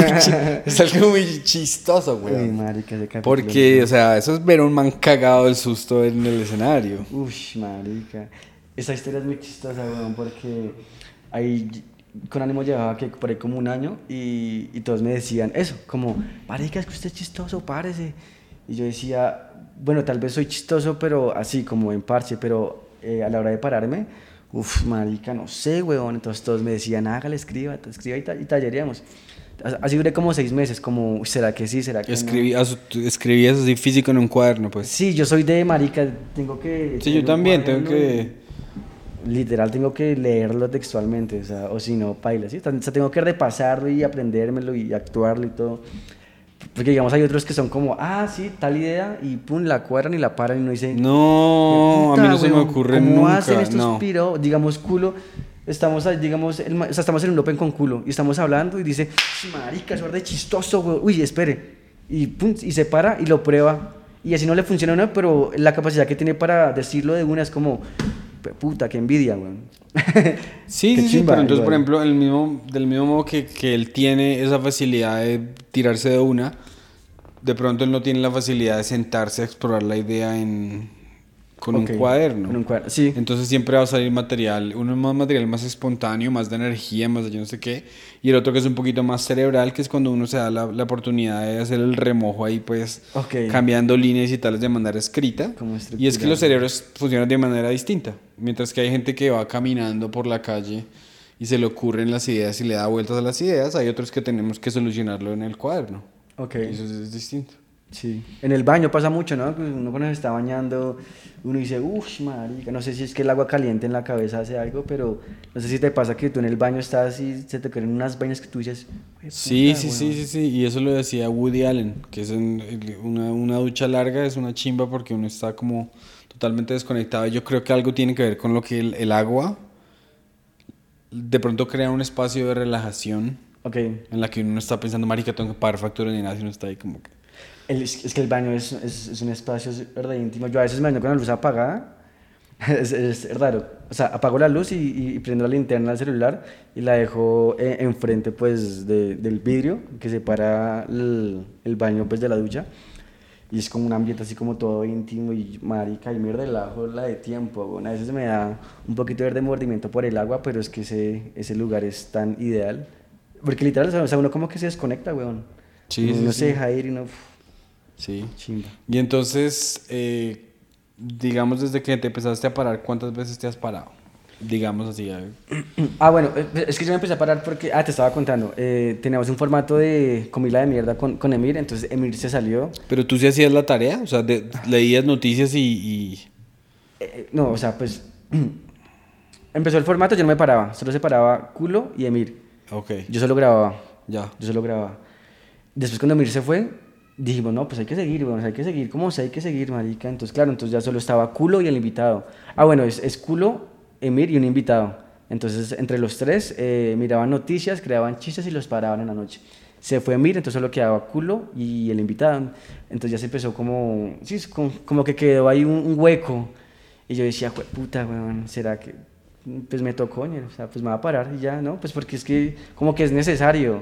[SPEAKER 2] es algo muy chistoso,
[SPEAKER 3] Uy,
[SPEAKER 2] güey.
[SPEAKER 3] marica, ese capítulo.
[SPEAKER 2] Porque, o sea, eso es ver a un man cagado del susto en el escenario.
[SPEAKER 3] Uy, marica. Esa historia es muy chistosa, weón, porque ahí con ánimo llevaba que por ahí como un año y todos me decían eso, como, marica, es que usted es chistoso, párese. Y yo decía, bueno, tal vez soy chistoso, pero así, como en parche, pero a la hora de pararme, uf, marica, no sé, weón. Entonces todos me decían, hágale, escriba y talleríamos. Así duré como 6 meses, como, "Uy, ¿será que sí, será que no?".
[SPEAKER 2] Escribías así físico en un cuaderno, pues.
[SPEAKER 3] Sí, yo soy de marica, tengo que...
[SPEAKER 2] Sí, yo
[SPEAKER 3] tener un
[SPEAKER 2] también, tengo
[SPEAKER 3] cuaderno
[SPEAKER 2] que...
[SPEAKER 3] literal tengo que leerlo textualmente, o si no, paila, ¿sí? O sea, tengo que repasarlo y aprendérmelo y actuarlo y todo. Porque digamos hay otros que son como, sí, tal idea, y pum, la cuadran y la paran y no dice...
[SPEAKER 2] No, a mí no se me
[SPEAKER 3] weón,
[SPEAKER 2] ocurre
[SPEAKER 3] ¿cómo
[SPEAKER 2] nunca,
[SPEAKER 3] hacen estos
[SPEAKER 2] no.
[SPEAKER 3] piro? Digamos, culo, estamos ahí, digamos, o sea, estamos en un open con culo y estamos hablando y dice, marica, eso es de chistoso, güey. Uy, espere. Y pum, y se para y lo prueba. Y así no le funciona a uno, pero la capacidad que tiene para decirlo de una es como, puta, qué envidia, güey.
[SPEAKER 2] Sí,
[SPEAKER 3] Qué
[SPEAKER 2] sí,
[SPEAKER 3] chimba,
[SPEAKER 2] pero entonces,
[SPEAKER 3] igual.
[SPEAKER 2] por ejemplo, del mismo modo que él tiene esa facilidad de tirarse de una, de pronto él no tiene la facilidad de sentarse a explorar la idea con
[SPEAKER 3] Ok,
[SPEAKER 2] un cuaderno.
[SPEAKER 3] con un cuaderno, sí.
[SPEAKER 2] Entonces siempre va a salir material, uno es más material más espontáneo, más de energía, más de yo no sé qué, y el otro que es un poquito más cerebral, que es cuando uno se da la oportunidad de hacer el remojo ahí, pues,
[SPEAKER 3] Ok.
[SPEAKER 2] cambiando líneas y tales de manera escrita.
[SPEAKER 3] Como
[SPEAKER 2] Y es que
[SPEAKER 3] estructurado.
[SPEAKER 2] los cerebros funcionan de manera distinta, mientras que hay gente que va caminando por la calle y se le ocurren las ideas y le da vueltas a las ideas, hay otros que tenemos que solucionarlo en el cuaderno.
[SPEAKER 3] Ok.
[SPEAKER 2] Y eso es distinto.
[SPEAKER 3] Sí, en el baño pasa mucho, ¿no? Pues uno cuando se está bañando, uno dice, uff, marica, no sé si es que el agua caliente en la cabeza hace algo, pero no sé si te pasa que tú en el baño estás y se te caen unas vainas que tú dices, "Jue
[SPEAKER 2] Sí,
[SPEAKER 3] puta,
[SPEAKER 2] sí,
[SPEAKER 3] weón".
[SPEAKER 2] y eso lo decía Woody Allen, que es una ducha larga, es una chimba porque uno está como totalmente desconectado. Yo creo que algo tiene que ver con lo que el agua de pronto crea un espacio de relajación
[SPEAKER 3] Ok,
[SPEAKER 2] en la que uno no está pensando, marica, tengo que pagar facturas ni nada, sino está ahí como que...
[SPEAKER 3] es que el baño es un espacio súper íntimo. Yo a veces me baño con la luz apagada, es raro. O sea, apago la luz y prendo la linterna del celular y la dejo enfrente pues del vidrio que separa el baño pues de la ducha. Y es como un ambiente así como todo íntimo y marica y me relajo la de tiempo. Bueno, a veces me da un poquito de remordimiento por el agua, pero es que ese lugar es tan ideal. Porque literal, o sea, uno como que se desconecta, weón.
[SPEAKER 2] Sí,
[SPEAKER 3] Uno
[SPEAKER 2] sí,
[SPEAKER 3] se
[SPEAKER 2] sí.
[SPEAKER 3] deja ir y no...
[SPEAKER 2] Sí.
[SPEAKER 3] Chimba.
[SPEAKER 2] Y entonces, digamos, desde que te empezaste a parar, ¿cuántas veces te has parado? Digamos así.
[SPEAKER 3] Bueno, es que yo me empecé a parar porque... te estaba contando. Teníamos un formato de comida de mierda con Emir, entonces Emir se salió.
[SPEAKER 2] Pero tú sí hacías la tarea, o sea, leías noticias y...
[SPEAKER 3] No, o sea, pues... Empezó el formato, yo no me paraba. Solo se paraba Culo y Emir.
[SPEAKER 2] Ok,
[SPEAKER 3] Yo solo grababa.
[SPEAKER 2] ya.
[SPEAKER 3] Yo solo grababa. Después cuando Emir se fue, dijimos, no, pues hay que seguir, bueno, hay que seguir, ¿cómo se hay que seguir, marica? Entonces, claro, entonces ya solo estaba Culo y el invitado. Bueno, es Culo, Emir y un invitado. Entonces, entre los tres, miraban noticias, creaban chistes y los paraban en la noche. Se fue Emir, entonces solo quedaba Culo y el invitado. Entonces ya se empezó como, sí, como que quedó ahí un hueco. Y yo decía, puta, weón, ¿será que...? Pues me tocó, o sea, pues me va a parar y ya, ¿no? Pues porque es que como que es necesario.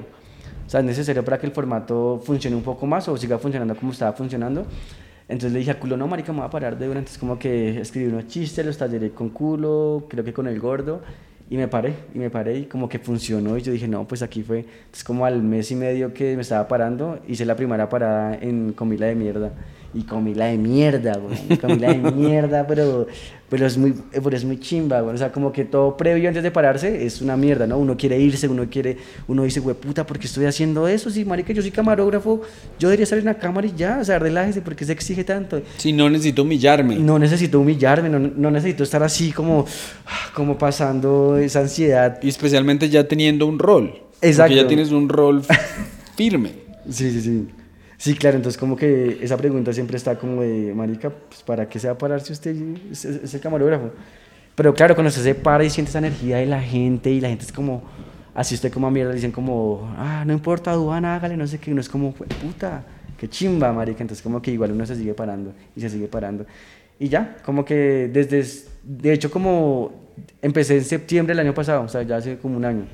[SPEAKER 3] O sea, es necesario para que el formato funcione un poco más o siga funcionando como estaba funcionando. Entonces le dije a Culo, no, marica, me voy a parar de una. Entonces como que escribí unos chistes, los talleré con Culo, creo que con el Gordo. Y me paré y como que funcionó. Y yo dije, no, pues aquí fue. Entonces como al mes y medio que me estaba parando, hice la primera parada en Comila de Mierda. Y comila de mierda, güey. Comila de mierda, pero es muy chimba, güey. O sea, como que todo previo antes de pararse es una mierda, ¿no? Uno quiere irse, uno dice, güey, puta, ¿por qué estoy haciendo eso? Sí, marica, yo soy camarógrafo, yo debería estar en la cámara y ya, o sea, relájese, ¿por qué se exige tanto?
[SPEAKER 2] Sí, no necesito humillarme.
[SPEAKER 3] No necesito humillarme, no necesito estar así como pasando esa ansiedad.
[SPEAKER 2] Y especialmente ya teniendo un rol.
[SPEAKER 3] Exacto.
[SPEAKER 2] Porque ya tienes un rol firme.
[SPEAKER 3] Sí. Sí, claro, entonces como que esa pregunta siempre está como de, marica, pues ¿para qué se va a parar si usted es el camarógrafo? Pero claro, cuando usted se para y siente esa energía de la gente y la gente es como, así usted como a mierda, dicen como, no importa, Duana, hágale, no sé qué, uno es como, puta, qué chimba, marica, entonces como que igual uno se sigue parando y se sigue parando. Y ya, como que de hecho como empecé en septiembre del año pasado, o sea, ya hace como un año.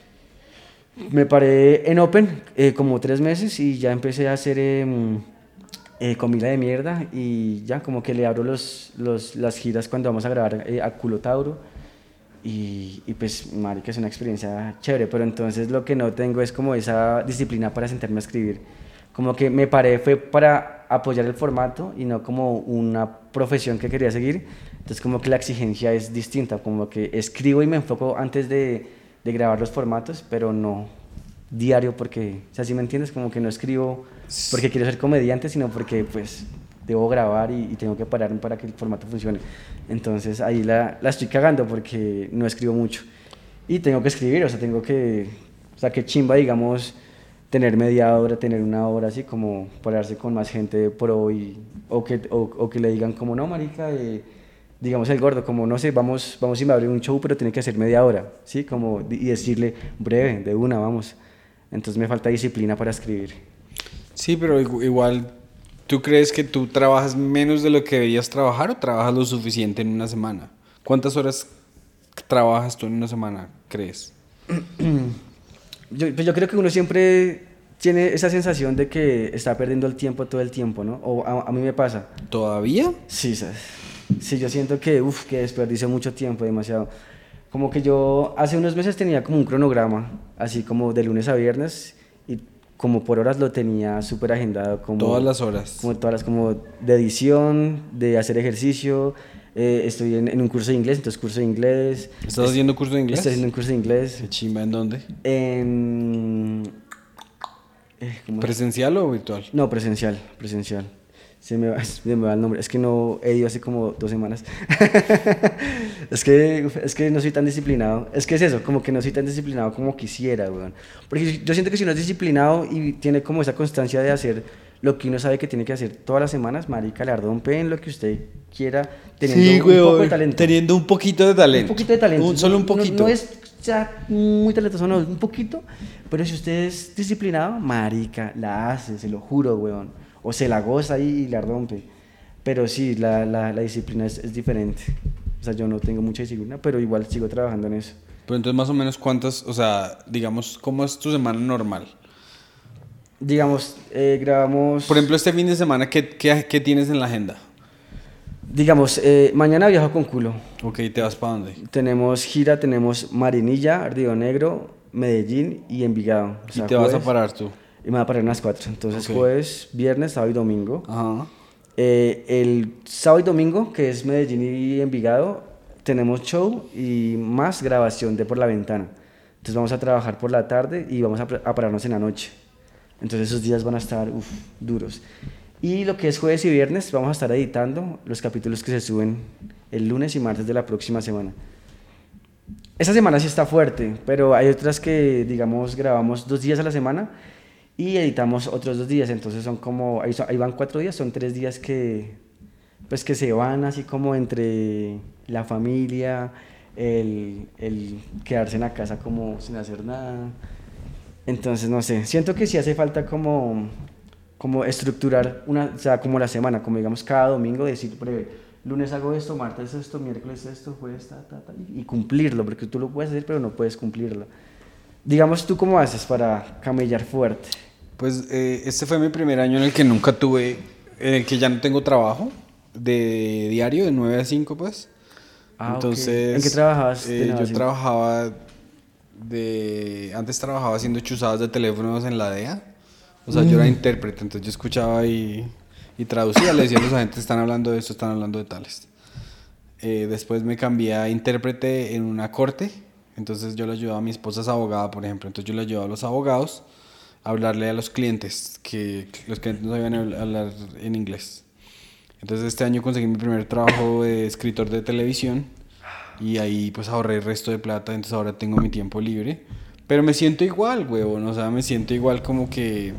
[SPEAKER 3] Me paré en Open como 3 meses y ya empecé a hacer comida de mierda y ya como que le abro las giras cuando vamos a grabar a Culo Tauro y pues marica es una experiencia chévere, pero entonces lo que no tengo es como esa disciplina para sentarme a escribir. Como que me paré fue para apoyar el formato y no como una profesión que quería seguir, entonces como que la exigencia es distinta, como que escribo y me enfoco antes de grabar los formatos, pero no diario porque, o sea, ¿sí me entiendes? Como que no escribo porque quiero ser comediante, sino porque pues debo grabar y tengo que pararme para que el formato funcione. Entonces ahí la estoy cagando porque no escribo mucho. Y tengo que escribir, o sea, que chimba, digamos, tener media hora, tener una hora, así como pararse con más gente pro o que le digan como, no, marica, digamos el Gordo, como no sé, vamos a abrir un show, pero tiene que hacer media hora, ¿sí? Como, y decirle, breve, de una, vamos. Entonces me falta disciplina para escribir.
[SPEAKER 2] Sí, pero igual, ¿tú crees que tú trabajas menos de lo que deberías trabajar o trabajas lo suficiente en una semana? ¿Cuántas horas trabajas tú en una semana, crees?
[SPEAKER 3] Yo creo que uno siempre tiene esa sensación de que está perdiendo el tiempo todo el tiempo, ¿no? O a mí me pasa.
[SPEAKER 2] ¿Todavía?
[SPEAKER 3] Sí, ¿sabes? Sí, yo siento que desperdicio mucho tiempo, demasiado. Como que yo hace unos meses tenía como un cronograma, así como de lunes a viernes, y como por horas lo tenía súper agendado.
[SPEAKER 2] Todas las horas.
[SPEAKER 3] Como de edición, de hacer ejercicio. Estoy en un curso de inglés, entonces curso de inglés.
[SPEAKER 2] ¿Estás haciendo curso de inglés?
[SPEAKER 3] Estoy haciendo un curso de inglés.
[SPEAKER 2] ¿Qué chimba? ¿En dónde?
[SPEAKER 3] ¿Presencial
[SPEAKER 2] o virtual?
[SPEAKER 3] No, presencial. Se me va el nombre. Es que no he ido hace como 2 semanas. es que no soy tan disciplinado. Es que es eso, como que no soy tan disciplinado como quisiera, weón. Porque yo siento que si uno es disciplinado y tiene como esa constancia de hacer lo que uno sabe que tiene que hacer todas las semanas, marica, le rompe en lo que usted quiera, teniendo un poco de talento.
[SPEAKER 2] Teniendo un poquito de talento.
[SPEAKER 3] Un poquito de talento.
[SPEAKER 2] Solo un poquito.
[SPEAKER 3] No es ya muy talentoso, no, un poquito. Pero si usted es disciplinado, marica, la hace, se lo juro, weón. O se la goza y la rompe. Pero sí, la disciplina es diferente. O sea, yo no tengo mucha disciplina, pero igual sigo trabajando en eso.
[SPEAKER 2] Pero entonces, más o menos, ¿cuántas, o sea, digamos, cómo es tu semana normal?
[SPEAKER 3] Digamos, grabamos...
[SPEAKER 2] Por ejemplo, este fin de semana, ¿qué tienes en la agenda?
[SPEAKER 3] Digamos, mañana viajo con Culo.
[SPEAKER 2] Ok, ¿te vas para dónde?
[SPEAKER 3] Tenemos gira, tenemos Marinilla, Río Negro, Medellín y Envigado.
[SPEAKER 2] ¿Y te vas a parar tú?
[SPEAKER 3] Y me voy a parar unas 4. Entonces,
[SPEAKER 2] Okay.
[SPEAKER 3] jueves, viernes, sábado y domingo.
[SPEAKER 2] Ajá.
[SPEAKER 3] El sábado y domingo, que es Medellín y Envigado, tenemos show y más grabación de Por la Ventana. Entonces vamos a trabajar por la tarde y vamos a pararnos en la noche. Entonces esos días van a estar duros. Y lo que es jueves y viernes, vamos a estar editando los capítulos que se suben el lunes y martes de la próxima semana. Esta semana sí está fuerte, pero hay otras que, digamos, grabamos 2 días a la semana y editamos otros 2 días, entonces son como, ahí van 4 días, son 3 días que se van así como entre la familia, el quedarse en la casa como sin hacer nada. Entonces, no sé, siento que sí hace falta como estructurar o sea, como la semana, como digamos cada domingo decir, lunes hago esto, martes esto, miércoles esto, jueves y cumplirlo, porque tú lo puedes hacer pero no puedes cumplirlo. Digamos, ¿tú cómo haces para camellar fuerte?
[SPEAKER 2] Pues este fue mi primer año en el que nunca tuve, en el que ya no tengo trabajo de diario, de 9 a 5 pues.
[SPEAKER 3] Ah,
[SPEAKER 2] Entonces,
[SPEAKER 3] ok. ¿En qué trabajabas?
[SPEAKER 2] yo trabajaba antes trabajaba haciendo chuzadas de teléfonos en la DEA. O sea, yo era intérprete, entonces yo escuchaba y traducía, le decía a los agentes, están hablando de esto, están hablando de tales. Después me cambié a intérprete en una corte, entonces yo le ayudaba a mi esposa es abogada, por ejemplo, entonces yo le ayudaba a los abogados a hablarle a los clientes, que los clientes no sabían hablar en inglés. Entonces este año conseguí mi primer trabajo de escritor de televisión y ahí pues ahorré el resto de plata, entonces ahora tengo mi tiempo libre. Pero me siento igual, huevón, o sea, me siento igual como que...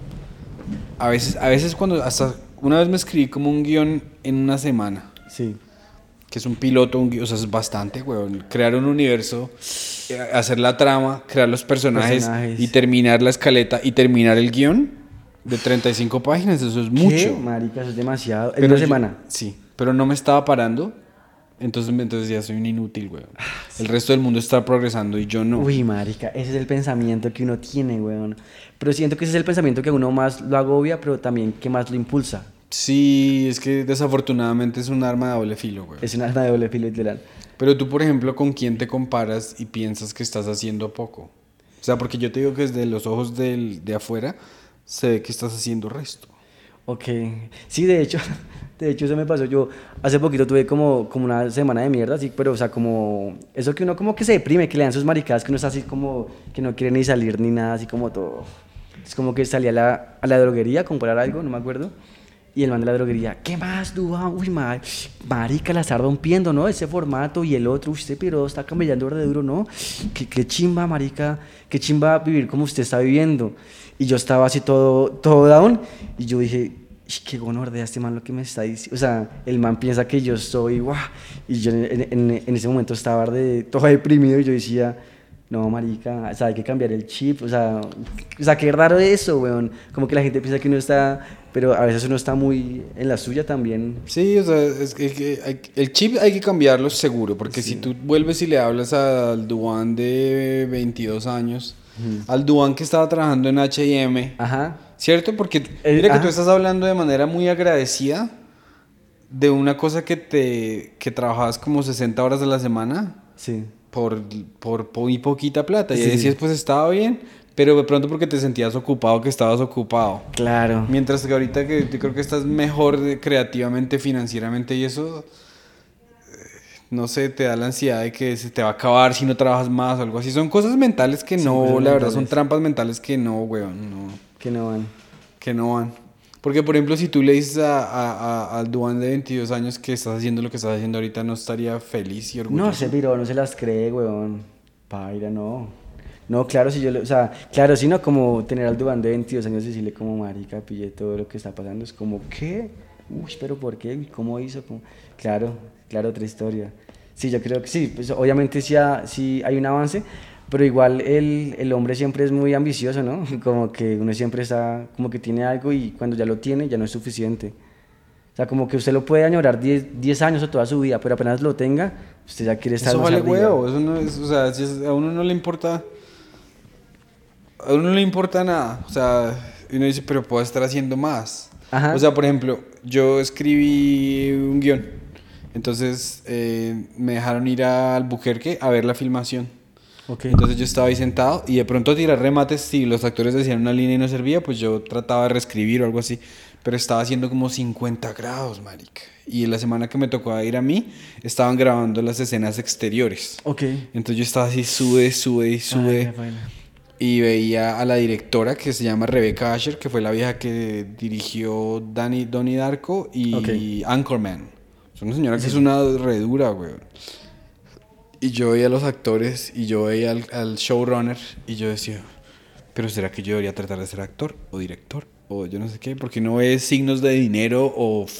[SPEAKER 2] A veces cuando... Hasta una vez me escribí como un guión en una semana.
[SPEAKER 3] Sí.
[SPEAKER 2] Que es un piloto, o sea, es bastante, huevón. Crear un universo, hacer la trama, crear los personajes y terminar la escaleta y terminar el guión de 35 páginas, eso es mucho.
[SPEAKER 3] ¿Qué? Marica, eso es demasiado. En una semana.
[SPEAKER 2] Sí, pero no me estaba parando. Entonces ya soy un inútil, weón. El resto del mundo está progresando y yo no.
[SPEAKER 3] Uy, marica, ese es el pensamiento que uno tiene, weón. Pero siento que ese es el pensamiento que a uno más lo agobia, pero también que más lo impulsa.
[SPEAKER 2] Sí, es que desafortunadamente es un arma de doble filo, weón.
[SPEAKER 3] Es una arma de doble filo, literal.
[SPEAKER 2] Pero tú, por ejemplo, ¿con quién te comparas y piensas que estás haciendo poco? O sea, porque yo te digo que desde los ojos de afuera se ve que estás haciendo resto.
[SPEAKER 3] Ok. Sí, de hecho eso me pasó. Yo hace poquito tuve como una semana de mierda, así, pero o sea, como eso que uno como que se deprime, que le dan sus maricadas, que uno está así como que no quiere ni salir ni nada, así como todo. Es como que salí a la droguería a comprar algo, no me acuerdo. Y el man de la droguería, ¿qué más, Duván? Uy, marica, la está rompiendo, ¿no? Ese formato y el otro, usted, pero está camellando de duro, ¿no? Qué chimba, marica, qué chimba vivir como usted está viviendo. Y yo estaba así todo down, y yo dije, qué gonorrea este man lo que me está diciendo. O sea, el man piensa que yo soy, guau. Y yo en ese momento estaba todo deprimido y yo decía, no, marica, o sea, hay que cambiar el chip. O sea, qué raro eso, weón. Como que la gente piensa que uno está... Pero a veces uno está muy en la suya también.
[SPEAKER 2] Sí, o sea, es que el chip hay que cambiarlo seguro, porque si tú vuelves y le hablas al Duan de 22 años, al Duan que estaba trabajando en H&M,
[SPEAKER 3] ajá,
[SPEAKER 2] ¿cierto? Porque mira que tú estás hablando de manera muy agradecida de una cosa que trabajabas como 60 horas a la semana,
[SPEAKER 3] sí,
[SPEAKER 2] por muy poquita plata, y decías, pues estaba bien, pero de pronto porque te sentías ocupado, que estabas ocupado.
[SPEAKER 3] Claro.
[SPEAKER 2] Mientras que ahorita que yo creo que estás mejor creativamente, financieramente y eso, no sé, te da la ansiedad de que se te va a acabar si no trabajas más o algo así. Son cosas mentales que no, la verdad, son trampas mentales que no, weón, no.
[SPEAKER 3] Que no van.
[SPEAKER 2] Que no van. Porque, por ejemplo, si tú le dices al Duan de 22 años que estás haciendo lo que estás haciendo ahorita, ¿no estaría feliz y orgulloso?
[SPEAKER 3] No, ese piro no se las cree, weón. Paira, no. No, claro, si yo, o sea, claro, sino como tener al Duván de 22 años y decirle como, marica, pillé todo lo que está pasando, es como, ¿qué? Uy, pero ¿por qué? ¿Cómo hizo? Claro, otra historia. Sí, yo creo que sí, pues obviamente sí hay un avance, pero igual el hombre siempre es muy ambicioso, ¿no? Como que uno siempre está, como que tiene algo y cuando ya lo tiene ya no es suficiente. O sea, como que usted lo puede añorar 10 años o toda su vida, pero apenas lo tenga, usted ya quiere estar
[SPEAKER 2] eso
[SPEAKER 3] más
[SPEAKER 2] vale
[SPEAKER 3] arriba.
[SPEAKER 2] huevo, eso no es, o sea, si a uno no le importa... A uno no le importa nada, o sea, uno dice, pero puedo estar haciendo más. Ajá. O sea, por ejemplo, yo escribí un guión, entonces me dejaron ir a Albuquerque a ver la filmación. Okay. Entonces yo estaba ahí sentado y de pronto a tirar remates, si los actores decían una línea y no servía, pues yo trataba de reescribir o algo así, pero estaba haciendo como 50 grados, marica. Y la semana que me tocó ir a mí, estaban grabando las escenas exteriores. Okay. Entonces yo estaba así, sube. Y veía a la directora que se llama Rebecca Asher, que fue la vieja que dirigió Donnie Darko y Anchorman. Es una señora que es una redura, güey. Y yo veía a los actores y yo veía al showrunner y yo decía, pero ¿será que yo debería tratar de ser actor o director? O yo no sé qué, porque no ves signos de dinero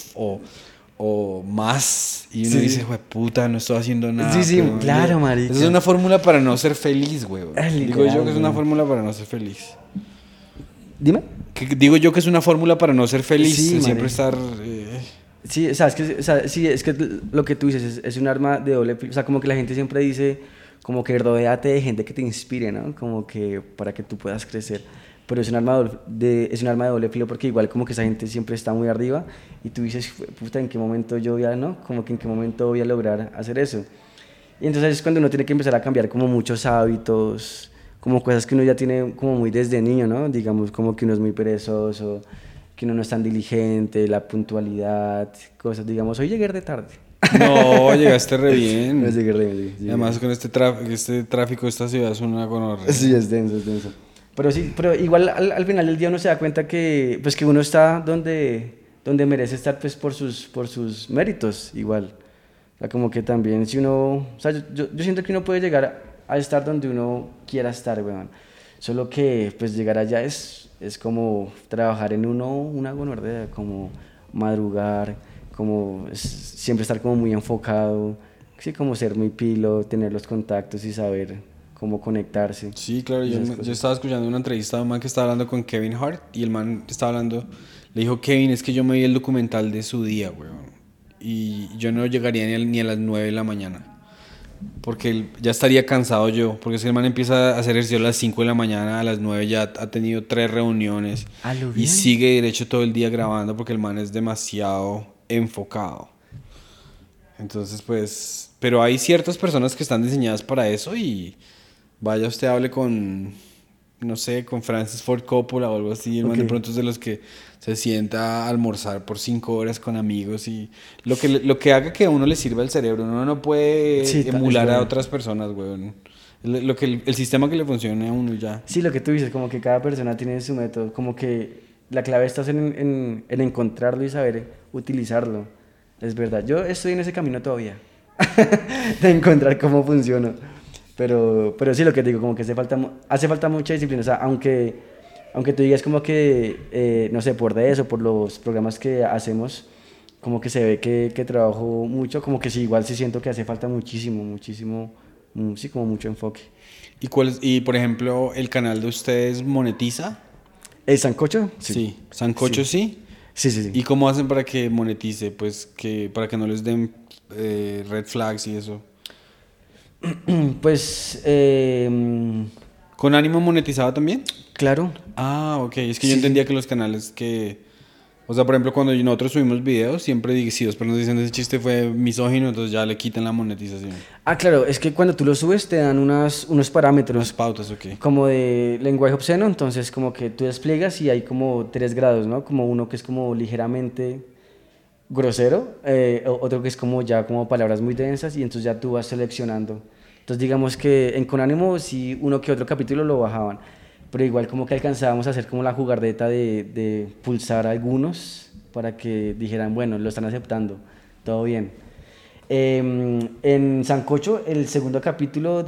[SPEAKER 2] o más. Y uno dice, güey, puta, no estoy haciendo nada.
[SPEAKER 3] Sí, claro, marica.
[SPEAKER 2] Esa es una fórmula para no ser feliz, güey. Digo yo que es una fórmula para no ser feliz.
[SPEAKER 3] Dime.
[SPEAKER 2] Digo yo que es una fórmula para no ser feliz. Sí, siempre estar...
[SPEAKER 3] Sí, es que lo que tú dices es un arma de doble filo. O sea, como que la gente siempre dice, como que rodéate de gente que te inspire, ¿no? Como que para que tú puedas crecer. Pero es un es un arma de doble filo porque igual como que esa gente siempre está muy arriba y tú dices, puta, ¿en qué momento yo voy a, no? Como que en qué momento voy a lograr hacer eso. Y entonces es cuando uno tiene que empezar a cambiar como muchos hábitos, como cosas que uno ya tiene como muy desde niño, ¿no? Digamos como que uno es muy perezoso, que uno no es tan diligente, la puntualidad, cosas, digamos, hoy llegué de tarde.
[SPEAKER 2] No, llegaste re bien.
[SPEAKER 3] No llegué re bien.
[SPEAKER 2] Y además con este tráfico de esta ciudad es una gonorrea.
[SPEAKER 3] Sí, es denso, es denso. Pero sí, pero igual al final del día uno se da cuenta que, pues, que uno está donde merece estar pues, por sus méritos, igual. O sea, como que también si uno... O sea, yo siento que uno puede llegar a estar donde uno quiera estar, weón. Solo que pues llegar allá es como trabajar en uno una gonorrea, como madrugar, como siempre estar como muy enfocado, sí, como ser muy pilo, tener los contactos y saber cómo conectarse.
[SPEAKER 2] Sí, claro, yo estaba escuchando una entrevista de un man que estaba hablando con Kevin Hart y el man estaba hablando, le dijo, Kevin, es que yo me vi el documental de su día, weón, y yo no llegaría ni a las 9 de la mañana. Porque ya estaría cansado yo, porque si el man empieza a hacer ejercicio a las 5 de la mañana, a las 9 ya ha tenido 3 reuniones y sigue derecho todo el día grabando porque el man es demasiado enfocado. Entonces pues, pero hay ciertas personas que están diseñadas para eso y vaya usted hable con, no sé, con Francis Ford Coppola o algo así, el man de pronto es de los que se sienta a almorzar por 5 horas con amigos y lo que haga que a uno le sirva el cerebro. Uno no puede emular a otras personas, weón. El sistema que le funcione a uno ya.
[SPEAKER 3] Sí, lo que tú dices, como que cada persona tiene su método, como que la clave está en encontrarlo y saber utilizarlo. Es verdad, yo estoy en ese camino todavía, de encontrar cómo funciona. Pero sí, lo que digo, como que hace falta mucha disciplina. O sea, aunque tú digas como que, no sé, por de eso, por los programas que hacemos, como que se ve que trabajo mucho, como que sí, igual sí siento que hace falta muchísimo, sí, como mucho enfoque.
[SPEAKER 2] Y por ejemplo, ¿el canal de ustedes monetiza?
[SPEAKER 3] ¿El sancocho?
[SPEAKER 2] Sí. ¿Sancocho sí?
[SPEAKER 3] Sí.
[SPEAKER 2] ¿Y cómo hacen para que monetice? Pues para que no les den red flags y eso.
[SPEAKER 3] Pues...
[SPEAKER 2] ¿Con ánimo monetizado también?
[SPEAKER 3] Claro.
[SPEAKER 2] Ah, ok. Es que yo entendía que los canales que... O sea, por ejemplo, cuando nosotros subimos videos, siempre digo, si dos personas dicen ese chiste fue misógino, entonces ya le quitan la monetización.
[SPEAKER 3] Ah, claro. Es que cuando tú lo subes te dan unos parámetros.
[SPEAKER 2] Unas pautas, ok.
[SPEAKER 3] Como de lenguaje obsceno, entonces como que tú despliegas y hay como 3 grados, ¿no? Como uno que es como ligeramente grosero, otro que es como ya como palabras muy densas y entonces ya tú vas seleccionando. Entonces digamos que en Con Ánimo sí uno que otro capítulo lo bajaban, pero igual como que alcanzábamos a hacer como la jugardeta de pulsar algunos para que dijeran, bueno, lo están aceptando, todo bien. En Sancocho, el segundo capítulo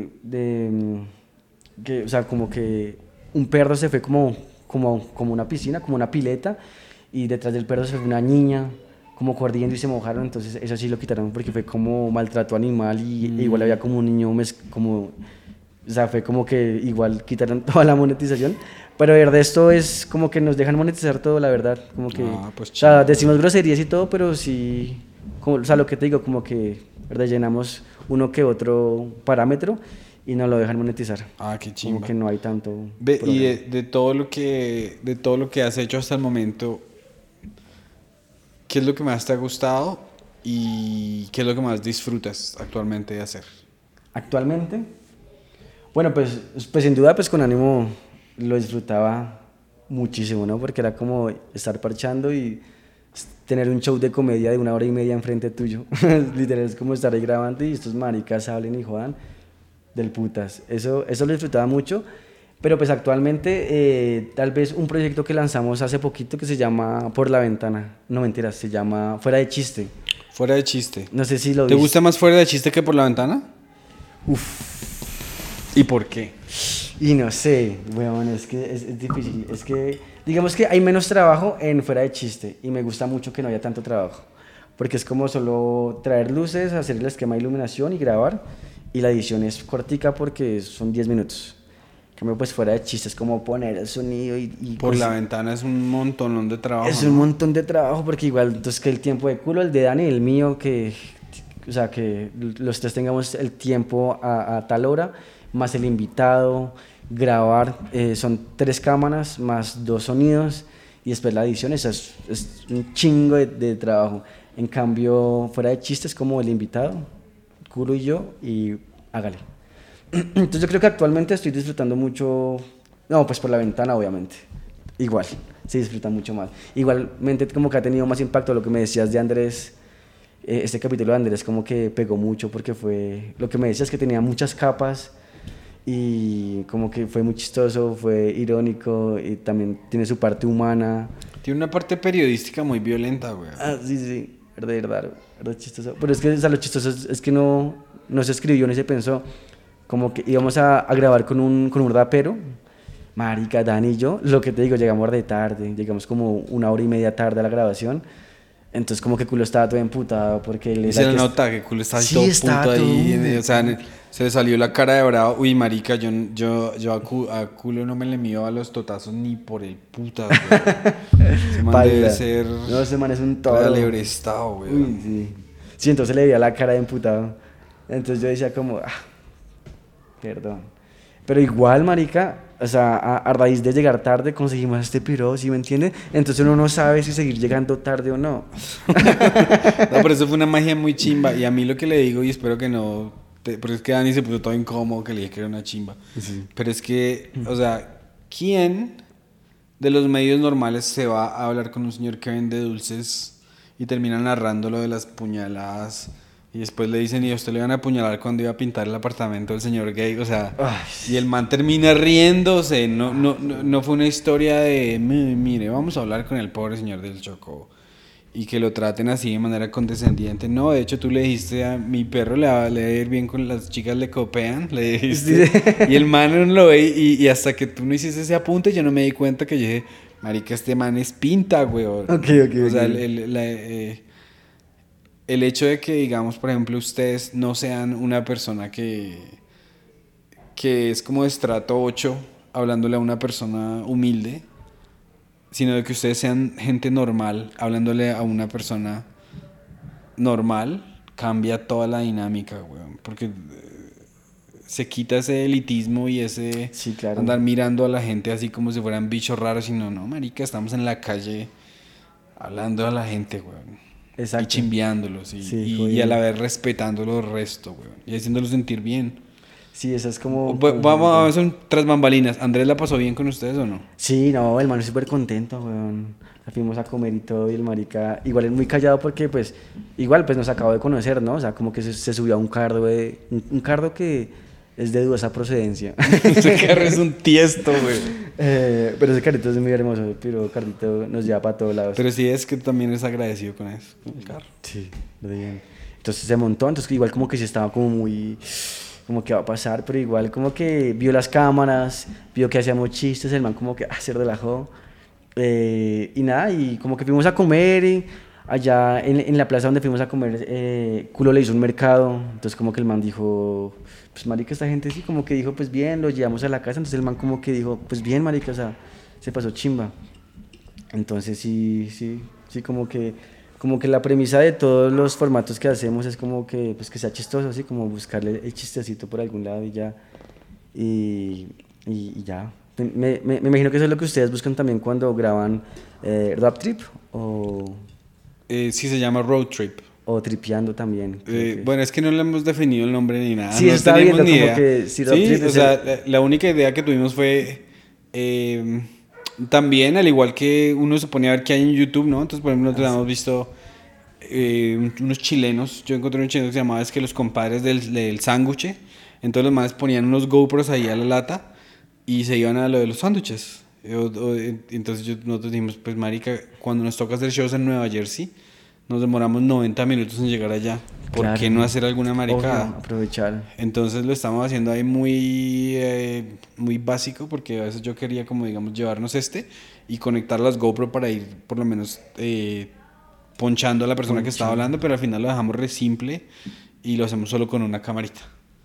[SPEAKER 3] o sea, como que un perro se fue como una piscina, como una pileta, y detrás del perro se fue una niña, como corriendo y se mojaron, entonces eso sí lo quitaron porque fue como maltrato animal y igual había como un niño, o sea, fue como que igual quitaron toda la monetización, pero de verdad esto es como que nos dejan monetizar todo, la verdad, como que,
[SPEAKER 2] pues
[SPEAKER 3] o sea, decimos groserías y todo, pero sí, o sea, lo que te digo, como que, ¿verdad? Llenamos uno que otro parámetro y nos lo dejan monetizar.
[SPEAKER 2] Ah, qué chimba.
[SPEAKER 3] Como que no hay tanto.
[SPEAKER 2] Y de todo lo que has hecho hasta el momento, ¿qué es lo que más te ha gustado y qué es lo que más disfrutas actualmente de hacer?
[SPEAKER 3] Actualmente, bueno, pues sin duda, pues Con Ánimo lo disfrutaba muchísimo, ¿no? Porque era como estar parchando y tener un show de comedia de 1 hora y media enfrente tuyo. Literal, es como estar ahí grabando y estos maricas hablen y jodan del putas. Eso lo disfrutaba mucho. Pero pues actualmente tal vez un proyecto que lanzamos hace poquito que se llama Por la Ventana. No, mentiras, se llama Fuera de Chiste.
[SPEAKER 2] Fuera de Chiste.
[SPEAKER 3] No sé si lo
[SPEAKER 2] ¿Te
[SPEAKER 3] viste.
[SPEAKER 2] gusta más Fuera de Chiste que Por la Ventana? ¿Y por qué?
[SPEAKER 3] Y no sé, weón, es que es difícil. Es que, digamos que hay menos trabajo en Fuera de Chiste y me gusta mucho que no haya tanto trabajo. Porque es como solo traer luces, hacer el esquema de iluminación y grabar. Y la edición es cortica porque son 10 minutos. Cambio, pues Fuera de Chiste es como poner el sonido y
[SPEAKER 2] Por la Ventana es un montón de trabajo.
[SPEAKER 3] Es un montón de trabajo porque igual, entonces que el tiempo de culo, el de Dani, el mío, que, o sea, que los tres tengamos el tiempo a tal hora, más el invitado, grabar, son 3 cámaras, más 2 sonidos, y después la edición, eso es un chingo de trabajo. En cambio, fuera de chistes, como el invitado, Culo y yo, y hágale. Entonces yo creo que actualmente estoy disfrutando mucho, no, pues por la ventana obviamente, igual, se disfruta mucho más. Igualmente como que ha tenido más impacto lo que me decías de Andrés, este capítulo de Andrés como que pegó mucho porque fue, lo que me decías que tenía muchas capas y como que fue muy chistoso, fue irónico y también tiene su parte humana.
[SPEAKER 2] Tiene una parte periodística muy violenta, güey.
[SPEAKER 3] Ah, sí, verdad chistoso. Pero es que, o sea, lo chistoso es que no se escribió ni se pensó. Como que íbamos a grabar con un rapero, marica, Dani y yo, lo que te digo, llegamos de tarde, llegamos como 1 hora y media tarde a la grabación, entonces como que Culo estaba todo emputado porque él
[SPEAKER 2] Y se le nota que Culo estaba todo puto ahí, o sea, se le salió la cara de bravo. Uy, marica, yo a Culo no me le mido a los totazos ni por el puta, güey. Ese man debe ser...
[SPEAKER 3] No, ese man es un toro.
[SPEAKER 2] Alebrestado, güey.
[SPEAKER 3] Uy, sí. Sí, entonces le veía la cara de emputado. Entonces yo decía como, perdón. Pero igual, marica, o sea, a raíz de llegar tarde conseguimos este piro, ¿sí me entiende? Entonces uno no sabe si seguir llegando tarde o no.
[SPEAKER 2] No, pero eso fue una magia muy chimba. Y a mí lo que le digo, y espero que no... porque es que Dani se puso todo incómodo que le dije que era una chimba.
[SPEAKER 3] Sí.
[SPEAKER 2] Pero es que, o sea, ¿quién de los medios normales se va a hablar con un señor que vende dulces y termina narrando lo de las puñaladas? Y después le dicen, y a usted le iban a apuñalar cuando iba a pintar el apartamento del señor gay, o sea, y el man termina riéndose, no fue una historia de, mire, vamos a hablar con el pobre señor del Chocó, y que lo traten así de manera condescendiente. No, de hecho tú le dijiste a mi perro le va a ir bien con las chicas, le copean, le dijiste, sí. Y el man no lo ve, y hasta que tú no hiciste ese apunte, yo no me di cuenta que yo dije, marica, este man es pinta, weón. O sea, el hecho de que, digamos, por ejemplo, ustedes no sean una persona que es como de estrato 8, hablándole a una persona humilde, sino de que ustedes sean gente normal, hablándole a una persona normal, cambia toda la dinámica, weón. Porque se quita ese elitismo y ese
[SPEAKER 3] sí, claro.
[SPEAKER 2] Andar mirando a la gente así como si fueran bichos raros, sino, no, marica, estamos en la calle hablando a la gente, weón. Exacto. Y chimbeándolos y a la vez respetándolo el resto, güey. Y haciéndolos sentir bien.
[SPEAKER 3] Sí, eso es como...
[SPEAKER 2] Vamos a ver, son tras bambalinas. ¿Andrés la pasó bien con ustedes o no?
[SPEAKER 3] Sí, no, el man es súper contento, güey. Fuimos a comer y todo, y el marica igual es muy callado porque, pues, igual, pues nos acabó de conocer, ¿no? O sea, como que se subió a un cardo, un cardo que es de dudosa procedencia.
[SPEAKER 2] Ese carro es un tiesto, güey.
[SPEAKER 3] Pero ese carrito es muy hermoso, pero carrito nos lleva para todos lados.
[SPEAKER 2] Pero sí es que también es agradecido con eso, con el carro.
[SPEAKER 3] Sí, lo digan. Entonces se montó, entonces igual como que sí estaba como muy... como que va a pasar, pero igual como que vio las cámaras, vio que hacíamos chistes, el man como que se relajó. Y nada, y como que fuimos a comer y allá en la plaza donde fuimos a comer, Culo le hizo un mercado, entonces como que el man dijo, pues marica, esta gente sí, como que dijo, pues bien, lo llevamos a la casa, entonces el man como que dijo, pues bien, marica, o sea, se pasó chimba. Entonces sí, como que la premisa de todos los formatos que hacemos es como que, pues que sea chistoso, así como buscarle el chistecito por algún lado y ya, y ya. Me imagino que eso es lo que ustedes buscan también cuando graban Rap Trip o...
[SPEAKER 2] sí, se llama Road Trip.
[SPEAKER 3] O Tripeando también.
[SPEAKER 2] Bueno, es que no le hemos definido el nombre ni nada.
[SPEAKER 3] Sí,
[SPEAKER 2] no
[SPEAKER 3] está
[SPEAKER 2] tenemos
[SPEAKER 3] viendo
[SPEAKER 2] ni
[SPEAKER 3] como
[SPEAKER 2] idea.
[SPEAKER 3] que si Road
[SPEAKER 2] sí,
[SPEAKER 3] Trip
[SPEAKER 2] o sea, la única idea que tuvimos fue... también, al igual que uno se ponía a ver qué hay en YouTube, ¿no? Entonces, por ejemplo, nosotros hemos visto unos chilenos. Yo encontré un chileno que se llamaba Es que los compadres del sándwich. Entonces los manes ponían unos GoPros ahí a la lata y se iban a lo de los sándwiches. Entonces nosotros dijimos, pues marica, cuando nos toca hacer shows en Nueva Jersey, nos demoramos 90 minutos en llegar allá. ¿Por
[SPEAKER 3] Claro.
[SPEAKER 2] qué no hacer alguna maricada?
[SPEAKER 3] Obvio, aprovechar.
[SPEAKER 2] Entonces lo estamos haciendo ahí muy básico, porque a veces yo quería como digamos llevarnos y conectar las GoPro para ir por lo menos ponchando a la persona que estaba hablando, pero al final lo dejamos re simple y lo hacemos solo con una camarita.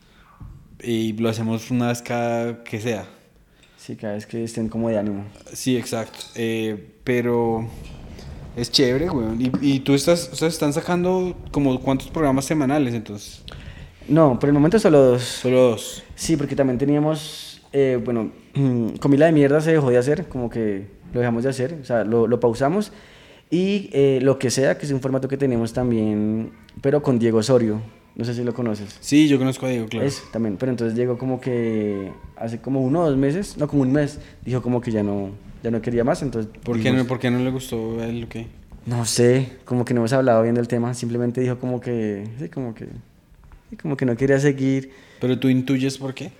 [SPEAKER 2] Y lo hacemos una vez cada que sea.
[SPEAKER 3] Sí, cada vez que estén como de ánimo.
[SPEAKER 2] Sí, exacto. Pero Es chévere, weón. Y tú estás, o sea, están sacando como cuántos programas semanales entonces.
[SPEAKER 3] No, por el momento solo 2.
[SPEAKER 2] Solo 2.
[SPEAKER 3] Sí, porque también teníamos, bueno, Comida de Mierda se dejó de hacer, como que lo dejamos de hacer, o sea, lo pausamos. Y Lo que sea, que es un formato que tenemos también, pero con Diego Osorio, no sé si lo conoces.
[SPEAKER 2] Sí, yo conozco a Diego, claro.
[SPEAKER 3] Es también, pero entonces Diego como que hace como 1 o 2 meses, no, como un mes, dijo como que ya no quería más, entonces...
[SPEAKER 2] ¿Por qué no le gustó a él o qué?
[SPEAKER 3] No sé, como que no hemos hablado bien del tema, simplemente dijo como que, sí, como que no quería seguir.
[SPEAKER 2] ¿Pero tú intuyes por qué?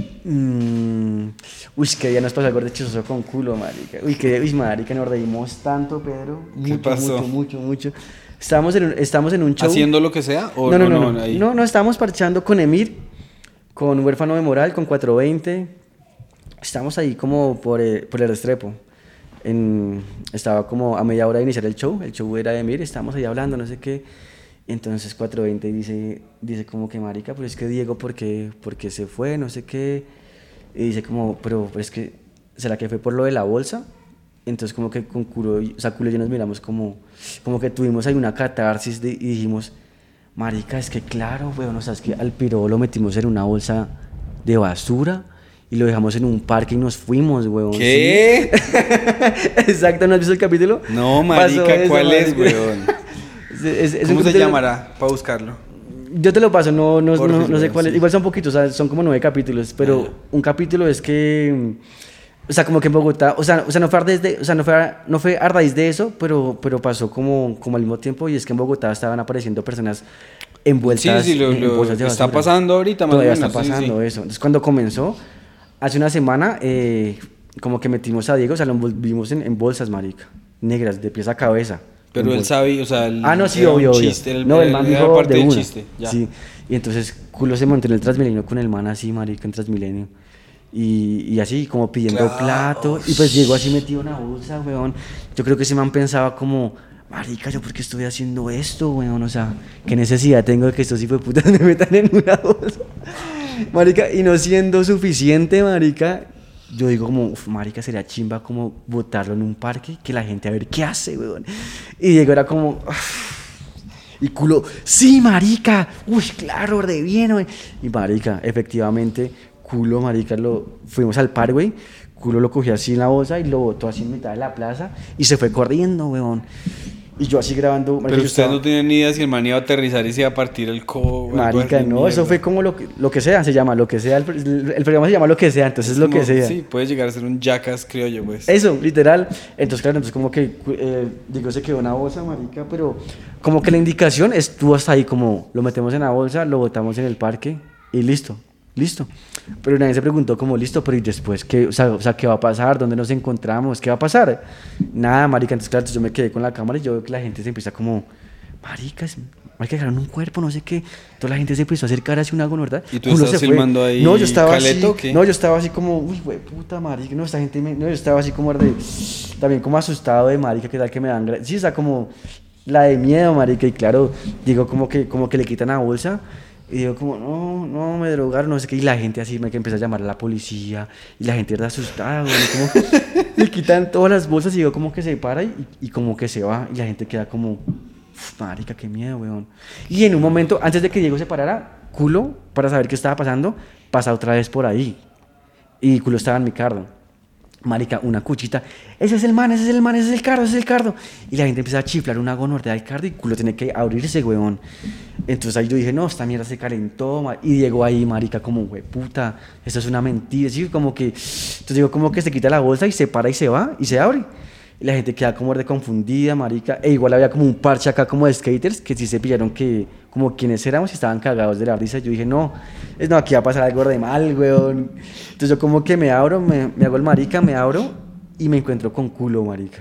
[SPEAKER 3] Uy, que día nos pasó algo de chistoso con culo, marica. Uy, marica, nos reímos tanto, Pedro.
[SPEAKER 2] ¿Qué pasó?
[SPEAKER 3] Mucho. Estábamos en un show.
[SPEAKER 2] ¿Haciendo lo que sea? ¿O
[SPEAKER 3] No, estábamos parchando con Emir, con Huérfano de Moral, con 420. Estábamos ahí como por el Restrepo. Estaba como a media hora de iniciar el show era de Emir, estábamos ahí hablando, no sé qué. Entonces 420 dice como que marica, pero es que Diego, ¿por qué se fue? No sé qué. Y dice como, pero es que, ¿será que fue por lo de la bolsa? Entonces como que con Culo y yo nos miramos como que tuvimos ahí una catarsis y dijimos, marica, es que claro, weón, o sea, es que al piro lo metimos en una bolsa de basura y lo dejamos en un parque y nos fuimos, weón.
[SPEAKER 2] ¿Qué?
[SPEAKER 3] ¿Sí? Exacto, ¿no has visto el capítulo?
[SPEAKER 2] No, marica,
[SPEAKER 3] eso,
[SPEAKER 2] ¿cuál es,
[SPEAKER 3] marica.
[SPEAKER 2] weón?
[SPEAKER 3] ¿Cómo
[SPEAKER 2] se llamará? Para buscarlo.
[SPEAKER 3] Yo te lo paso, no sé cuál es.
[SPEAKER 2] Sí.
[SPEAKER 3] Igual son poquitos, o sea, son como 9 capítulos, pero un capítulo es que, o sea, como que en Bogotá, o sea, no fue a raíz de eso, pero pasó como al mismo tiempo, y es que en Bogotá estaban apareciendo personas envueltas en bolsas de basura.
[SPEAKER 2] Está pasando ahorita, más
[SPEAKER 3] Todavía
[SPEAKER 2] o menos.
[SPEAKER 3] está pasando eso. Entonces, cuando comenzó, hace una semana, como que metimos a Diego, o sea, lo envolvimos en bolsas, marica, negras, de pies a cabeza.
[SPEAKER 2] Pero él sabe, o sea,
[SPEAKER 3] no, sí, obvio.
[SPEAKER 2] Chiste,
[SPEAKER 3] No, el man dijo
[SPEAKER 2] parte
[SPEAKER 3] de
[SPEAKER 2] del
[SPEAKER 3] una.
[SPEAKER 2] chiste, ya.
[SPEAKER 3] Sí, y entonces Culo se montó en el Transmilenio con el man así, marica, en Transmilenio. Y así, como pidiendo plato. Y pues llegó así metido en una bolsa, weón. Yo creo que ese man pensaba como, marica, ¿yo por qué estoy haciendo esto, weón? O sea, ¿qué necesidad tengo de que estos hijos de putas me metan en una bolsa? Marica, y no siendo suficiente, marica, yo digo como, marica, sería chimba como botarlo en un parque, que la gente a ver qué hace, weón. Y Diego era como, y Culo, sí, marica, uy, claro, re bien, weón. Y marica, efectivamente, Culo, marica, fuimos al par, güey. Culo lo cogió así en la bolsa y lo botó así en mitad de la plaza y se fue corriendo, weón. Y yo así grabando. Marica,
[SPEAKER 2] pero ustedes no tenían ni idea si el man iba a aterrizar y se iba a partir el codo.
[SPEAKER 3] Marica, no, eso fue como lo que sea, se llama, lo que sea. El programa se llama Lo que sea, entonces es lo que sea.
[SPEAKER 2] Sí, puede llegar a ser un Jackass criollo, pues.
[SPEAKER 3] Eso, literal. Entonces, claro, como que, digo, se quedó una bolsa, marica, pero como que la indicación estuvo hasta ahí, como lo metemos en la bolsa, lo botamos en el parque y listo. Pero nadie se preguntó como, listo, pero ¿y después qué? O sea, ¿qué va a pasar? ¿Dónde nos encontramos? ¿Qué va a pasar? Nada, marica. Entonces, claro, yo me quedé con la cámara y yo veo que la gente se empieza como, marica, dejaron un cuerpo, no sé qué. Toda la gente se empezó a acercar hacia un árbol, ¿verdad?
[SPEAKER 2] ¿Y tú estabas filmando ahí
[SPEAKER 3] no, yo estaba
[SPEAKER 2] Caleto,
[SPEAKER 3] así,
[SPEAKER 2] ¿qué?
[SPEAKER 3] No, yo estaba así como, uy, güey, puta, marica. No, esta gente yo estaba así como también como asustado de marica, ¿qué tal que me dan? Sí, o sea, como la de miedo, marica. Y claro, digo, como que le quitan la bolsa. Y digo como, no, me drogaron, no sé qué. Y la gente así, que empieza a llamar a la policía. Y la gente está asustada, güey. Como le quitan todas las bolsas y digo como que se para y como que se va. Y la gente queda como, marica, qué miedo, weón. Y en un momento, antes de que Diego se parara, Culo, para saber qué estaba pasando, pasa otra vez por ahí. Y Culo estaba en mi carro. Marica, una cuchita, ese es el man, ese es el cardo. Y la gente empieza a chiflar una gonorrea del cardo y Culo tiene que abrirse, weón. Entonces ahí yo dije, no, esta mierda se calentó. Y Diego ahí, marica, como, güey, puta, esto es una mentira. ¿Sí? Como que, entonces digo, como que se quita la bolsa y se para y se va y se abre. Y la gente queda como de confundida, marica. E igual había como un parche acá como de skaters que sí se pillaron que como quienes éramos y estaban cagados de la risa. Yo dije, no, aquí va a pasar algo de mal, weón. Entonces yo como que me abro, me hago el marica, me abro y me encuentro con Culo, marica.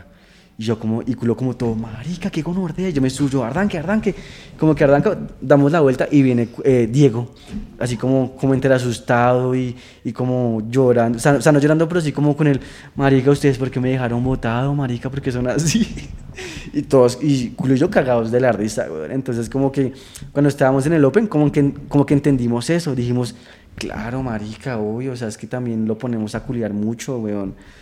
[SPEAKER 3] Y Culo como todo, marica, qué gonorrea. Yo me suyo, arranque. Como que arranca, damos la vuelta y viene Diego, así como entero asustado y como llorando. O sea, no llorando, pero sí como con el, marica, ¿ustedes por qué me dejaron botado, marica? Porque son así. Y todos, y Culo y yo cagados de la risa, güey. Entonces como que cuando estábamos en el Open, como que entendimos eso. Dijimos, claro, marica, obvio, o sea, es que también lo ponemos a culiar mucho, weón.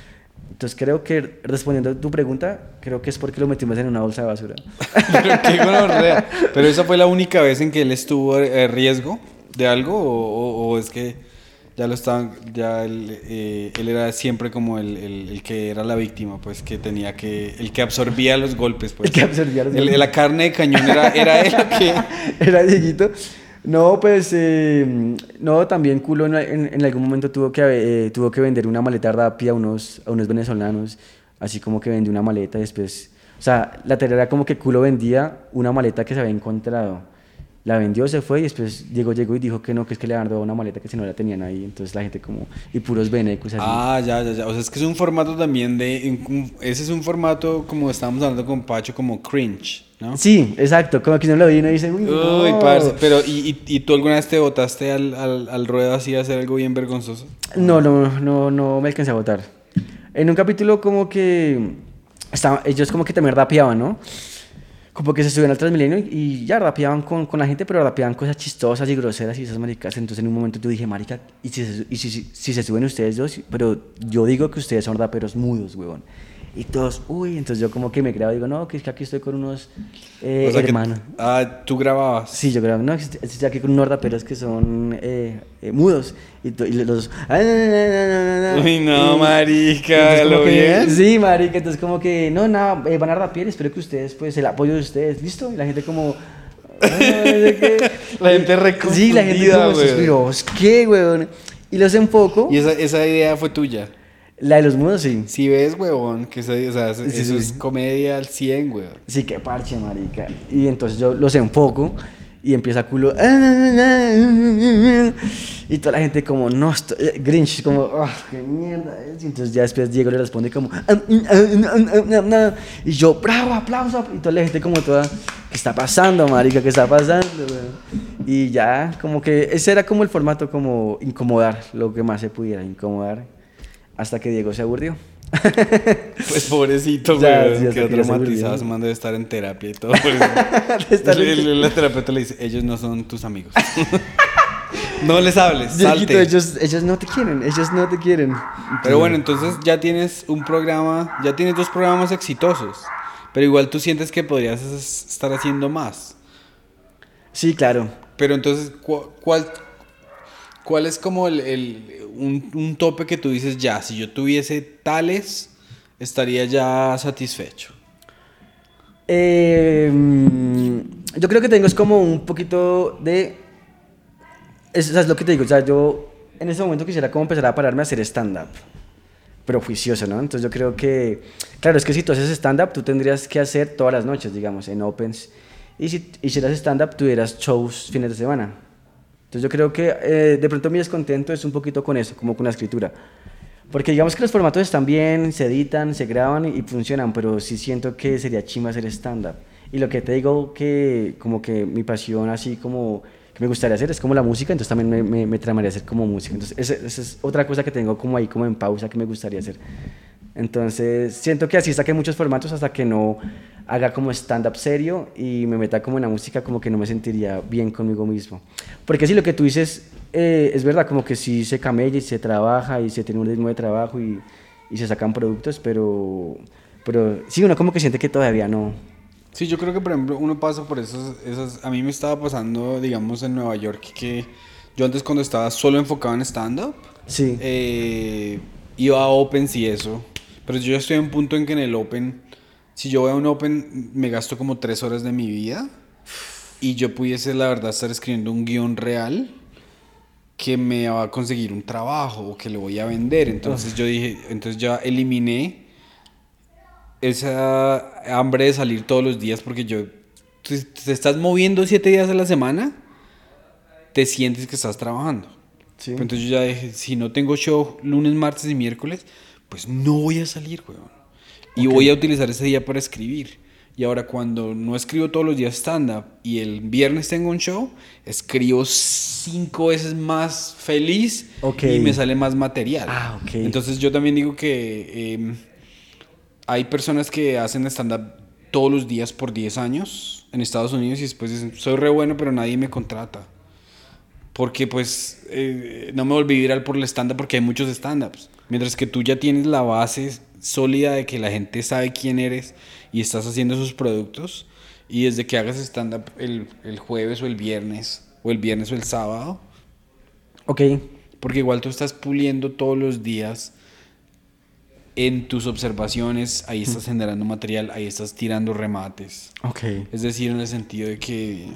[SPEAKER 3] Entonces creo que, respondiendo a tu pregunta, creo que es porque lo metimos en una bolsa de basura.
[SPEAKER 2] Pero qué gonorrea. Pero esa fue la única vez en que él estuvo a riesgo de algo o es que ya lo estaban, ya él era siempre como el que era la víctima, pues que tenía que, el que absorbía los golpes, pues.
[SPEAKER 3] El que absorbía los golpes.
[SPEAKER 2] La carne de cañón era él o qué.
[SPEAKER 3] Era Dieguito. No, pues, no, también culo en algún momento tuvo que vender una maleta rápida a unos venezolanos, así como que vendió una maleta y después, o sea, la teoría era como que culo vendía una maleta que se había encontrado. La vendió, se fue y después llegó y dijo que no, que es que le habían robado una maleta que si no la tenían ahí. Entonces la gente como, y puros venecos así.
[SPEAKER 2] Ah, ya. O sea, es que es un formato también ese es un formato como estábamos hablando con Pacho, como cringe, ¿no?
[SPEAKER 3] Sí, exacto, como que uno lo ve y uno dice, uy, no.
[SPEAKER 2] Uy, parce, pero ¿y tú alguna vez te botaste al ruedo así a hacer algo bien vergonzoso?
[SPEAKER 3] No me alcancé a votar. En un capítulo como que ellos como que también rapeaban, ¿no? Como que se subían al Transmilenio y ya rapeaban con la gente, pero rapeaban cosas chistosas y groseras y esas maricas. Entonces en un momento yo dije, marica, ¿y si se suben ustedes dos? Pero yo digo que ustedes son raperos mudos, huevón. Y todos, uy, entonces yo como que me grabo y digo, no, que es que aquí estoy con unos
[SPEAKER 2] O sea
[SPEAKER 3] hermanos.
[SPEAKER 2] ¿tú grababas?
[SPEAKER 3] Sí, yo grabo, no, estoy aquí con unos raperos que son mudos. Y los...
[SPEAKER 2] Uy, no, marica,
[SPEAKER 3] Entonces,
[SPEAKER 2] ¿lo
[SPEAKER 3] como que,
[SPEAKER 2] bien?
[SPEAKER 3] sí, marica, entonces como que, no, nada, van a rapear, espero que ustedes, pues, el apoyo de ustedes, ¿listo? Y la gente como...
[SPEAKER 2] La gente reconfundida,
[SPEAKER 3] sí, la gente como,
[SPEAKER 2] güey.
[SPEAKER 3] pero, ¿qué, weón? Y los enfoco.
[SPEAKER 2] Y esa idea fue tuya.
[SPEAKER 3] La de los mudos, sí.
[SPEAKER 2] Si ves, huevón, que o sea,
[SPEAKER 3] Sí,
[SPEAKER 2] eso
[SPEAKER 3] sí.
[SPEAKER 2] es comedia al 100, huevón.
[SPEAKER 3] Sí, qué parche, marica. Y entonces yo los enfoco y empieza culo. Y toda la gente como, no, Grinch, como, qué mierda es. Y entonces ya después Diego le responde como, y yo, bravo, aplauso. Y toda la gente como toda, ¿qué está pasando, marica? ¿Qué está pasando, weón? Y ya, como que ese era como el formato, como incomodar, lo que más se pudiera, incomodar. Hasta que Diego se aburrió.
[SPEAKER 2] Pues pobrecito,
[SPEAKER 3] Ya,
[SPEAKER 2] güey,
[SPEAKER 3] sí, hasta
[SPEAKER 2] quedó
[SPEAKER 3] que ya se
[SPEAKER 2] traumatizado,
[SPEAKER 3] volvió.
[SPEAKER 2] ese man debe estar en terapia y todo. Por eso. La terapeuta le dice, ellos no son tus amigos. No les hables,
[SPEAKER 3] Dieguito,
[SPEAKER 2] salte.
[SPEAKER 3] ellos no te quieren, ellos no te quieren.
[SPEAKER 2] Pero bueno, entonces ya tienes un programa, ya tienes 2 programas exitosos. Pero igual tú sientes que podrías estar haciendo más.
[SPEAKER 3] Sí, claro.
[SPEAKER 2] Pero entonces, ¿cuál es como un tope que tú dices, ya, si yo tuviese tales, estaría ya satisfecho?
[SPEAKER 3] Yo creo que tengo es como un poquito de... o sea, es lo que te digo, o sea, yo en este momento quisiera como empezar a pararme a hacer stand-up, pero juicioso, ¿no? Entonces yo creo que, claro, es que si tú haces stand-up, tú tendrías que hacer todas las noches, digamos, en opens, y si hicieras stand-up, tuvieras shows fines de semana. Entonces yo creo que de pronto mi descontento es un poquito con eso, como con la escritura. Porque digamos que los formatos están bien, se editan, se graban y funcionan, pero sí siento que sería chimba hacer stand-up. Y lo que te digo que como que mi pasión así como que me gustaría hacer es como la música, entonces también me tramaría hacer como música. Entonces esa es otra cosa que tengo como ahí como en pausa que me gustaría hacer. Entonces siento que así saqué muchos formatos hasta que no haga como stand-up serio y me meta como en la música, como que no me sentiría bien conmigo mismo. Porque sí, lo que tú dices es verdad, como que sí se camella y se trabaja y se tiene un ritmo de trabajo y se sacan productos, pero sí, uno como que siente que todavía no.
[SPEAKER 2] Sí, yo creo que por ejemplo uno pasa por a mí me estaba pasando, digamos, en Nueva York, que yo antes cuando estaba solo enfocado en stand-up,
[SPEAKER 3] Sí.
[SPEAKER 2] iba a opens y eso, pero yo ya estoy en un punto en que en el open, si yo voy a un open, me gasto como 3 horas de mi vida y yo pudiese, la verdad, estar escribiendo un guión real que me va a conseguir un trabajo o que le voy a vender. Entonces yo dije, entonces ya eliminé esa hambre de salir todos los días porque te estás moviendo 7 días a la semana, te sientes que estás trabajando.
[SPEAKER 3] Sí.
[SPEAKER 2] Entonces yo ya dije, si no tengo show lunes, martes y miércoles, pues no voy a salir, weón. Y voy a utilizar ese día para escribir. Y ahora cuando no escribo todos los días stand-up y el viernes tengo un show, escribo 5 veces más feliz y me sale más material.
[SPEAKER 3] Ah, ok.
[SPEAKER 2] Entonces yo también digo que hay personas que hacen stand-up todos los días por 10 años en Estados Unidos y después dicen, soy re bueno pero nadie me contrata. Porque pues no me volví viral por el stand-up porque hay muchos stand-ups. Mientras que tú ya tienes la base sólida de que la gente sabe quién eres y estás haciendo esos productos. Y desde que hagas stand-up el jueves o el viernes o el sábado.
[SPEAKER 3] Ok.
[SPEAKER 2] Porque igual tú estás puliendo todos los días en tus observaciones, ahí estás generando material, ahí estás tirando remates.
[SPEAKER 3] Ok.
[SPEAKER 2] Es decir, en el sentido de que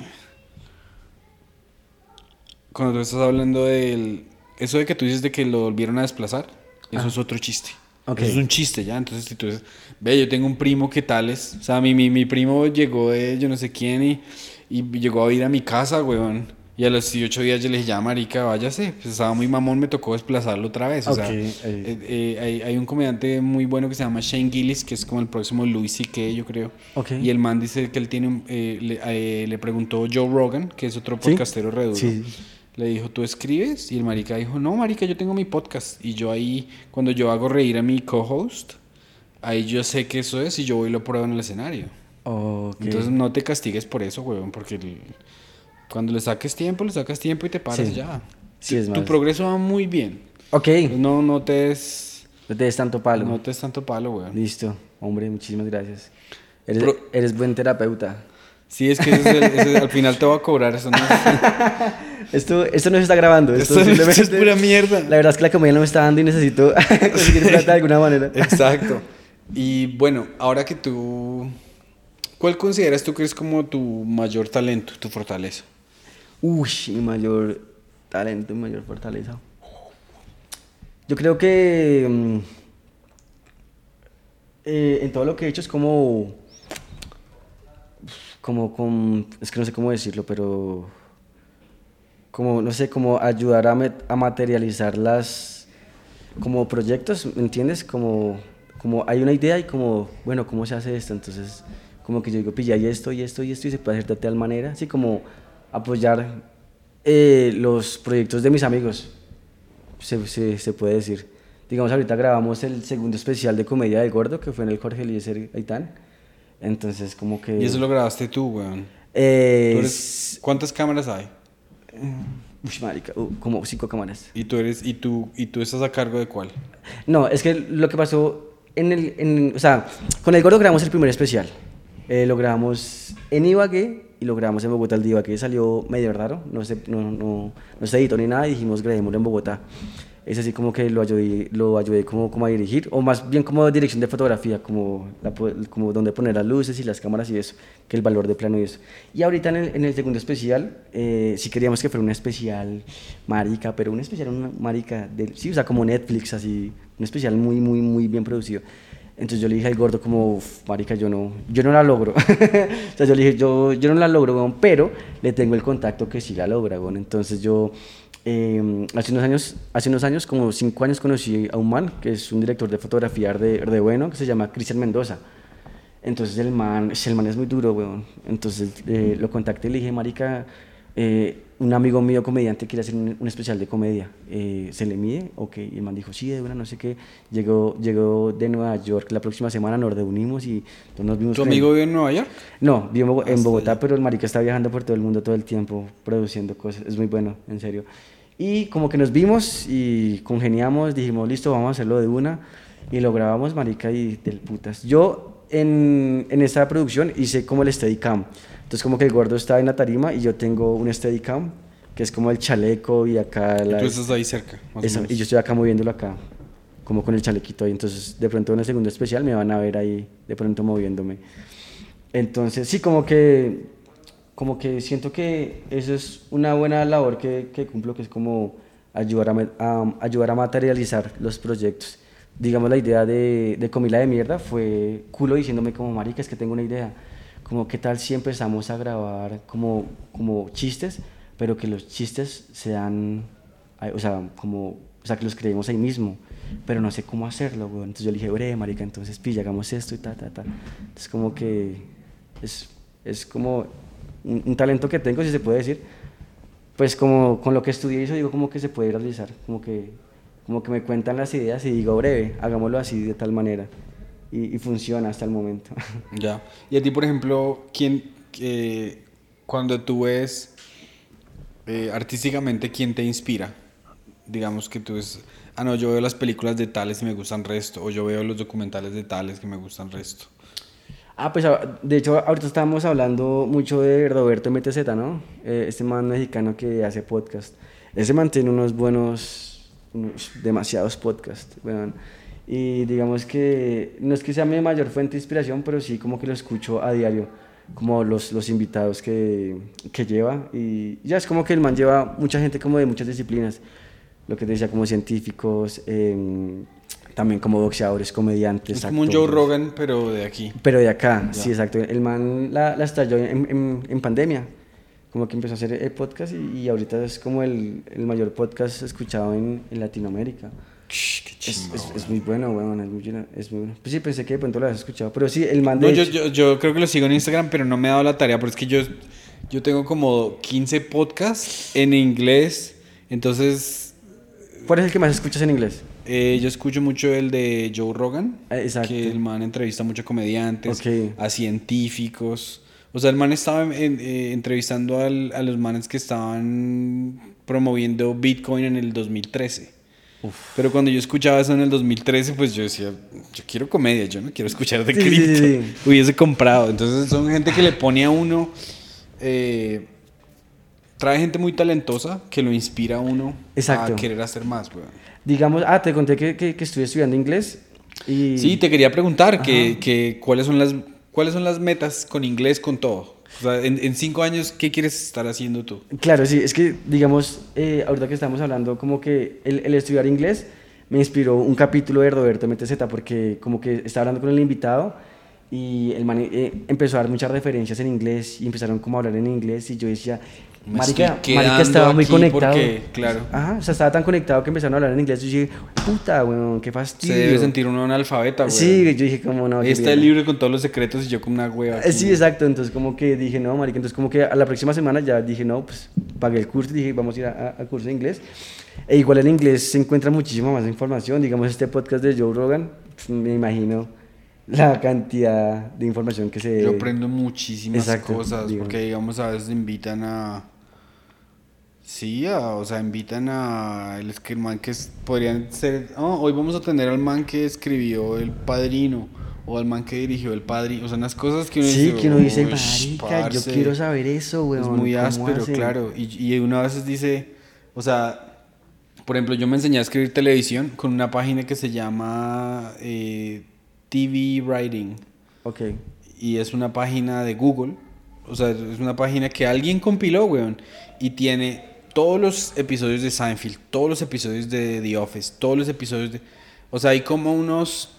[SPEAKER 2] cuando tú estás hablando del... Eso de que tú dices de que lo volvieron a desplazar, eso es otro chiste.
[SPEAKER 3] Ok.
[SPEAKER 2] Eso es un chiste ya. Entonces, si tú dices, ve, yo tengo un primo que tales. O sea, mi primo llegó de yo no sé quién y llegó a ir a mi casa, weón. Y a los 18 días yo le dije, ya, marica, váyase. Pues estaba muy mamón, me tocó desplazarlo otra vez. O sea, hay un comediante muy bueno que se llama Shane Gillis, que es como el próximo Louis C.K., yo creo.
[SPEAKER 3] Okay.
[SPEAKER 2] Y el man dice que él tiene le preguntó Joe Rogan, que es otro podcastero re duro.
[SPEAKER 3] Sí.
[SPEAKER 2] Le dijo, ¿tú escribes? Y el marica dijo, no, marica, yo tengo mi podcast. Y yo ahí, cuando yo hago reír a mi co-host, ahí yo sé que eso es y yo voy y lo pruebo en el escenario.
[SPEAKER 3] Okay.
[SPEAKER 2] Entonces no te castigues por eso, weón, porque cuando le sacas tiempo y te paras ya.
[SPEAKER 3] Sí, es más.
[SPEAKER 2] Tu progreso va muy bien.
[SPEAKER 3] Ok.
[SPEAKER 2] No te des...
[SPEAKER 3] No te des tanto palo.
[SPEAKER 2] No te des tanto palo, weón.
[SPEAKER 3] Listo. Hombre, muchísimas gracias. Eres buen terapeuta.
[SPEAKER 2] Sí, es que al final te voy a cobrar eso. ¿No?
[SPEAKER 3] Esto no se está grabando.
[SPEAKER 2] Esto es pura mierda.
[SPEAKER 3] La verdad es que la comedia no me está dando y necesito conseguir plata de alguna manera.
[SPEAKER 2] Exacto. Y bueno, ahora que tú... ¿Cuál consideras tú que es como tu mayor talento, tu fortaleza?
[SPEAKER 3] Uy, mi mayor talento, mi mayor fortaleza. Yo creo que en todo lo que he hecho es como es que no sé cómo decirlo, pero como, no sé, como ayudar a materializar como proyectos, ¿me entiendes? Como hay una idea y como, bueno, ¿cómo se hace esto? Entonces, como que yo digo, pilla, y esto, y se puede hacer de tal manera, así como apoyar los proyectos de mis amigos, se puede decir. Digamos, ahorita grabamos el segundo especial de Comedia del Gordo, que fue en el Jorge Eliezer Gaitán. Entonces, como que...
[SPEAKER 2] Y eso lo grabaste tú, weón. ¿Cuántas cámaras hay?
[SPEAKER 3] Uy, marica, como 5 cámaras.
[SPEAKER 2] ¿Y tú estás a cargo de cuál?
[SPEAKER 3] No, es que lo que pasó o sea, con el Gordo grabamos el primer especial. Lo grabamos en Ibagué y lo grabamos en Bogotá. El de Ibagué salió medio raro, no se editó ni nada y dijimos grabémoslo en Bogotá. Es así como que lo ayudé como a dirigir, o más bien como dirección de fotografía, como donde poner las luces y las cámaras y eso, que el valor de plano y eso. Y ahorita en el segundo especial, sí queríamos que fuera un especial marica, pero un especial marica, sí, o sea, como Netflix, así, un especial muy, muy, muy bien producido. Entonces yo le dije al Gordo como, marica, yo no la logro. O sea, yo le dije, yo no la logro, pero le tengo el contacto que sí la logra, entonces yo... hace unos años, como 5 años, conocí a un man que es un director de fotografía de bueno, que se llama Cristian Mendoza. Entonces el man es muy duro, weón. Entonces lo contacté y le dije, marica, un amigo mío comediante quiere hacer un especial de comedia. ¿Se le mide? Ok. Y el man dijo, sí, de una, no sé qué. Llegó de Nueva York la próxima semana, nos reunimos y nos vimos.
[SPEAKER 2] ¿Tu amigo vive en Nueva York?
[SPEAKER 3] No, vive en Bogotá, pero el marica está viajando por todo el mundo todo el tiempo, produciendo cosas. Es muy bueno, en serio. Y como que nos vimos y congeniamos, dijimos, listo, vamos a hacerlo de una. Y lo grabamos, marica, y del putas. Yo en esta producción hice como el Steadicam. Entonces como que el Gordo está en la tarima y yo tengo un Steadicam, que es como el chaleco y acá...
[SPEAKER 2] Y tú estás ahí cerca, más
[SPEAKER 3] eso,
[SPEAKER 2] o menos.
[SPEAKER 3] y yo estoy acá moviéndolo acá, como con el chalequito ahí. Entonces de pronto en el segundo especial me van a ver ahí, de pronto moviéndome. Entonces sí, como que siento que eso es una buena labor que cumplo, que es como ayudar a materializar los proyectos. Digamos, la idea de Comila de Mierda fue culo diciéndome como, marica, es que tengo una idea, como qué tal si empezamos a grabar como chistes, pero que los chistes sean, o sea, que los creemos ahí mismo, pero no sé cómo hacerlo, güey. Entonces yo le dije, bre, marica, entonces pilla, hagamos esto y ta. Entonces como que es como un talento que tengo, si se puede decir, pues como con lo que estudié eso digo como que se puede realizar, como que me cuentan las ideas y digo, breve, hagámoslo así de tal manera y funciona hasta el momento.
[SPEAKER 2] Ya. Y a ti, por ejemplo, cuando tú ves artísticamente, ¿quién te inspira? digamos que tú es, no, yo veo las películas de tales y me gustan resto, o yo veo los documentales de tales que me gustan resto.
[SPEAKER 3] Pues de hecho ahorita estábamos hablando mucho de Roberto MTZ, ¿no? Este man mexicano que hace podcast. Ese man tiene unos demasiados podcasts, weón. Y digamos que no es que sea mi mayor fuente de inspiración, pero sí como que lo escucho a diario, como los invitados que lleva. Y ya es como que el man lleva mucha gente como de muchas disciplinas, lo que te decía, como científicos, también como boxeadores, comediantes.
[SPEAKER 2] Es como un Joe Rogan, pero de aquí.
[SPEAKER 3] Pero de acá,
[SPEAKER 2] Ya.
[SPEAKER 3] sí, exacto. El man la estalló en pandemia. Como que empezó a hacer el podcast y ahorita es como el mayor podcast escuchado en Latinoamérica.
[SPEAKER 2] Qué chimba,
[SPEAKER 3] Es muy bueno, weón, es muy bueno. Pues sí, pensé que de pronto lo habías escuchado, pero sí, el man
[SPEAKER 2] No,
[SPEAKER 3] de
[SPEAKER 2] yo,
[SPEAKER 3] hecho-
[SPEAKER 2] yo, yo creo que lo sigo en Instagram, pero no me he dado la tarea, pero es que yo tengo como 15 podcasts en inglés, entonces
[SPEAKER 3] ¿Cuál es el que más escuchas en inglés?
[SPEAKER 2] yo escucho mucho el de Joe Rogan,
[SPEAKER 3] Exacto.
[SPEAKER 2] que el man entrevista mucho a comediantes,
[SPEAKER 3] Ok.
[SPEAKER 2] a científicos. O sea, el man estaba entrevistando a los manes que estaban promoviendo Bitcoin en el 2013. Pero cuando yo escuchaba eso en el 2013, pues yo decía, yo quiero comedia, yo no quiero escuchar de
[SPEAKER 3] Sí, sí,
[SPEAKER 2] cripto.
[SPEAKER 3] sí.
[SPEAKER 2] Hubiese comprado. Entonces son gente que le pone a uno, trae gente muy talentosa que lo inspira a uno
[SPEAKER 3] Exacto.
[SPEAKER 2] a querer hacer más, weón.
[SPEAKER 3] Digamos, te conté que estuve estudiando inglés y...
[SPEAKER 2] Sí, te quería preguntar cuáles son las metas con inglés, con todo. O sea, en 5 años, ¿qué quieres estar haciendo tú?
[SPEAKER 3] Claro, sí, es que, digamos, ahorita que estamos hablando, como que el estudiar inglés me inspiró un capítulo de Roberto MTZ, porque como que estaba hablando con el invitado y el man empezó a dar muchas referencias en inglés y empezaron como a hablar en inglés y yo decía, marica estaba muy conectado.
[SPEAKER 2] Porque, claro,
[SPEAKER 3] Ajá, o sea, estaba tan conectado que empezaron a hablar en inglés y yo dije, puta, weón, qué fastidio.
[SPEAKER 2] se debe sentir uno analfabeta, güey.
[SPEAKER 3] Sí, yo dije, como no.
[SPEAKER 2] Ahí
[SPEAKER 3] qué
[SPEAKER 2] está el
[SPEAKER 3] mierda.
[SPEAKER 2] libro con todos los secretos y yo con una hueva aquí.
[SPEAKER 3] Sí, exacto. Entonces, como que dije, no, marica. Entonces, como que a la próxima semana ya dije, no, pues pagué el curso y dije, vamos a ir al curso de inglés. E igual en inglés se encuentra muchísima más información. Digamos, este podcast de Joe Rogan, pues, me imagino la cantidad de información que se.
[SPEAKER 2] Yo aprendo muchísimas
[SPEAKER 3] Exacto,
[SPEAKER 2] cosas,
[SPEAKER 3] digamos.
[SPEAKER 2] porque digamos a veces invitan a... Sí, o sea, invitan a el man que podrían ser... hoy vamos a tener al man que escribió El Padrino, o al man que dirigió El Padrino, o sea, unas cosas que uno
[SPEAKER 3] Sí,
[SPEAKER 2] dice...
[SPEAKER 3] que uno dice,
[SPEAKER 2] "Uy,
[SPEAKER 3] marica, yo
[SPEAKER 2] parce".
[SPEAKER 3] quiero saber eso, weón.
[SPEAKER 2] Es muy
[SPEAKER 3] ¿cómo
[SPEAKER 2] áspero,
[SPEAKER 3] hacen?
[SPEAKER 2] claro. Y uno a veces dice, o sea, por ejemplo, yo me enseñé a escribir televisión con una página que se llama TV Writing.
[SPEAKER 3] Ok.
[SPEAKER 2] Y es una página de Google. O sea, es una página que alguien compiló, weón. Y tiene todos los episodios de Seinfeld, todos los episodios de The Office, todos los episodios de... O sea, hay como unos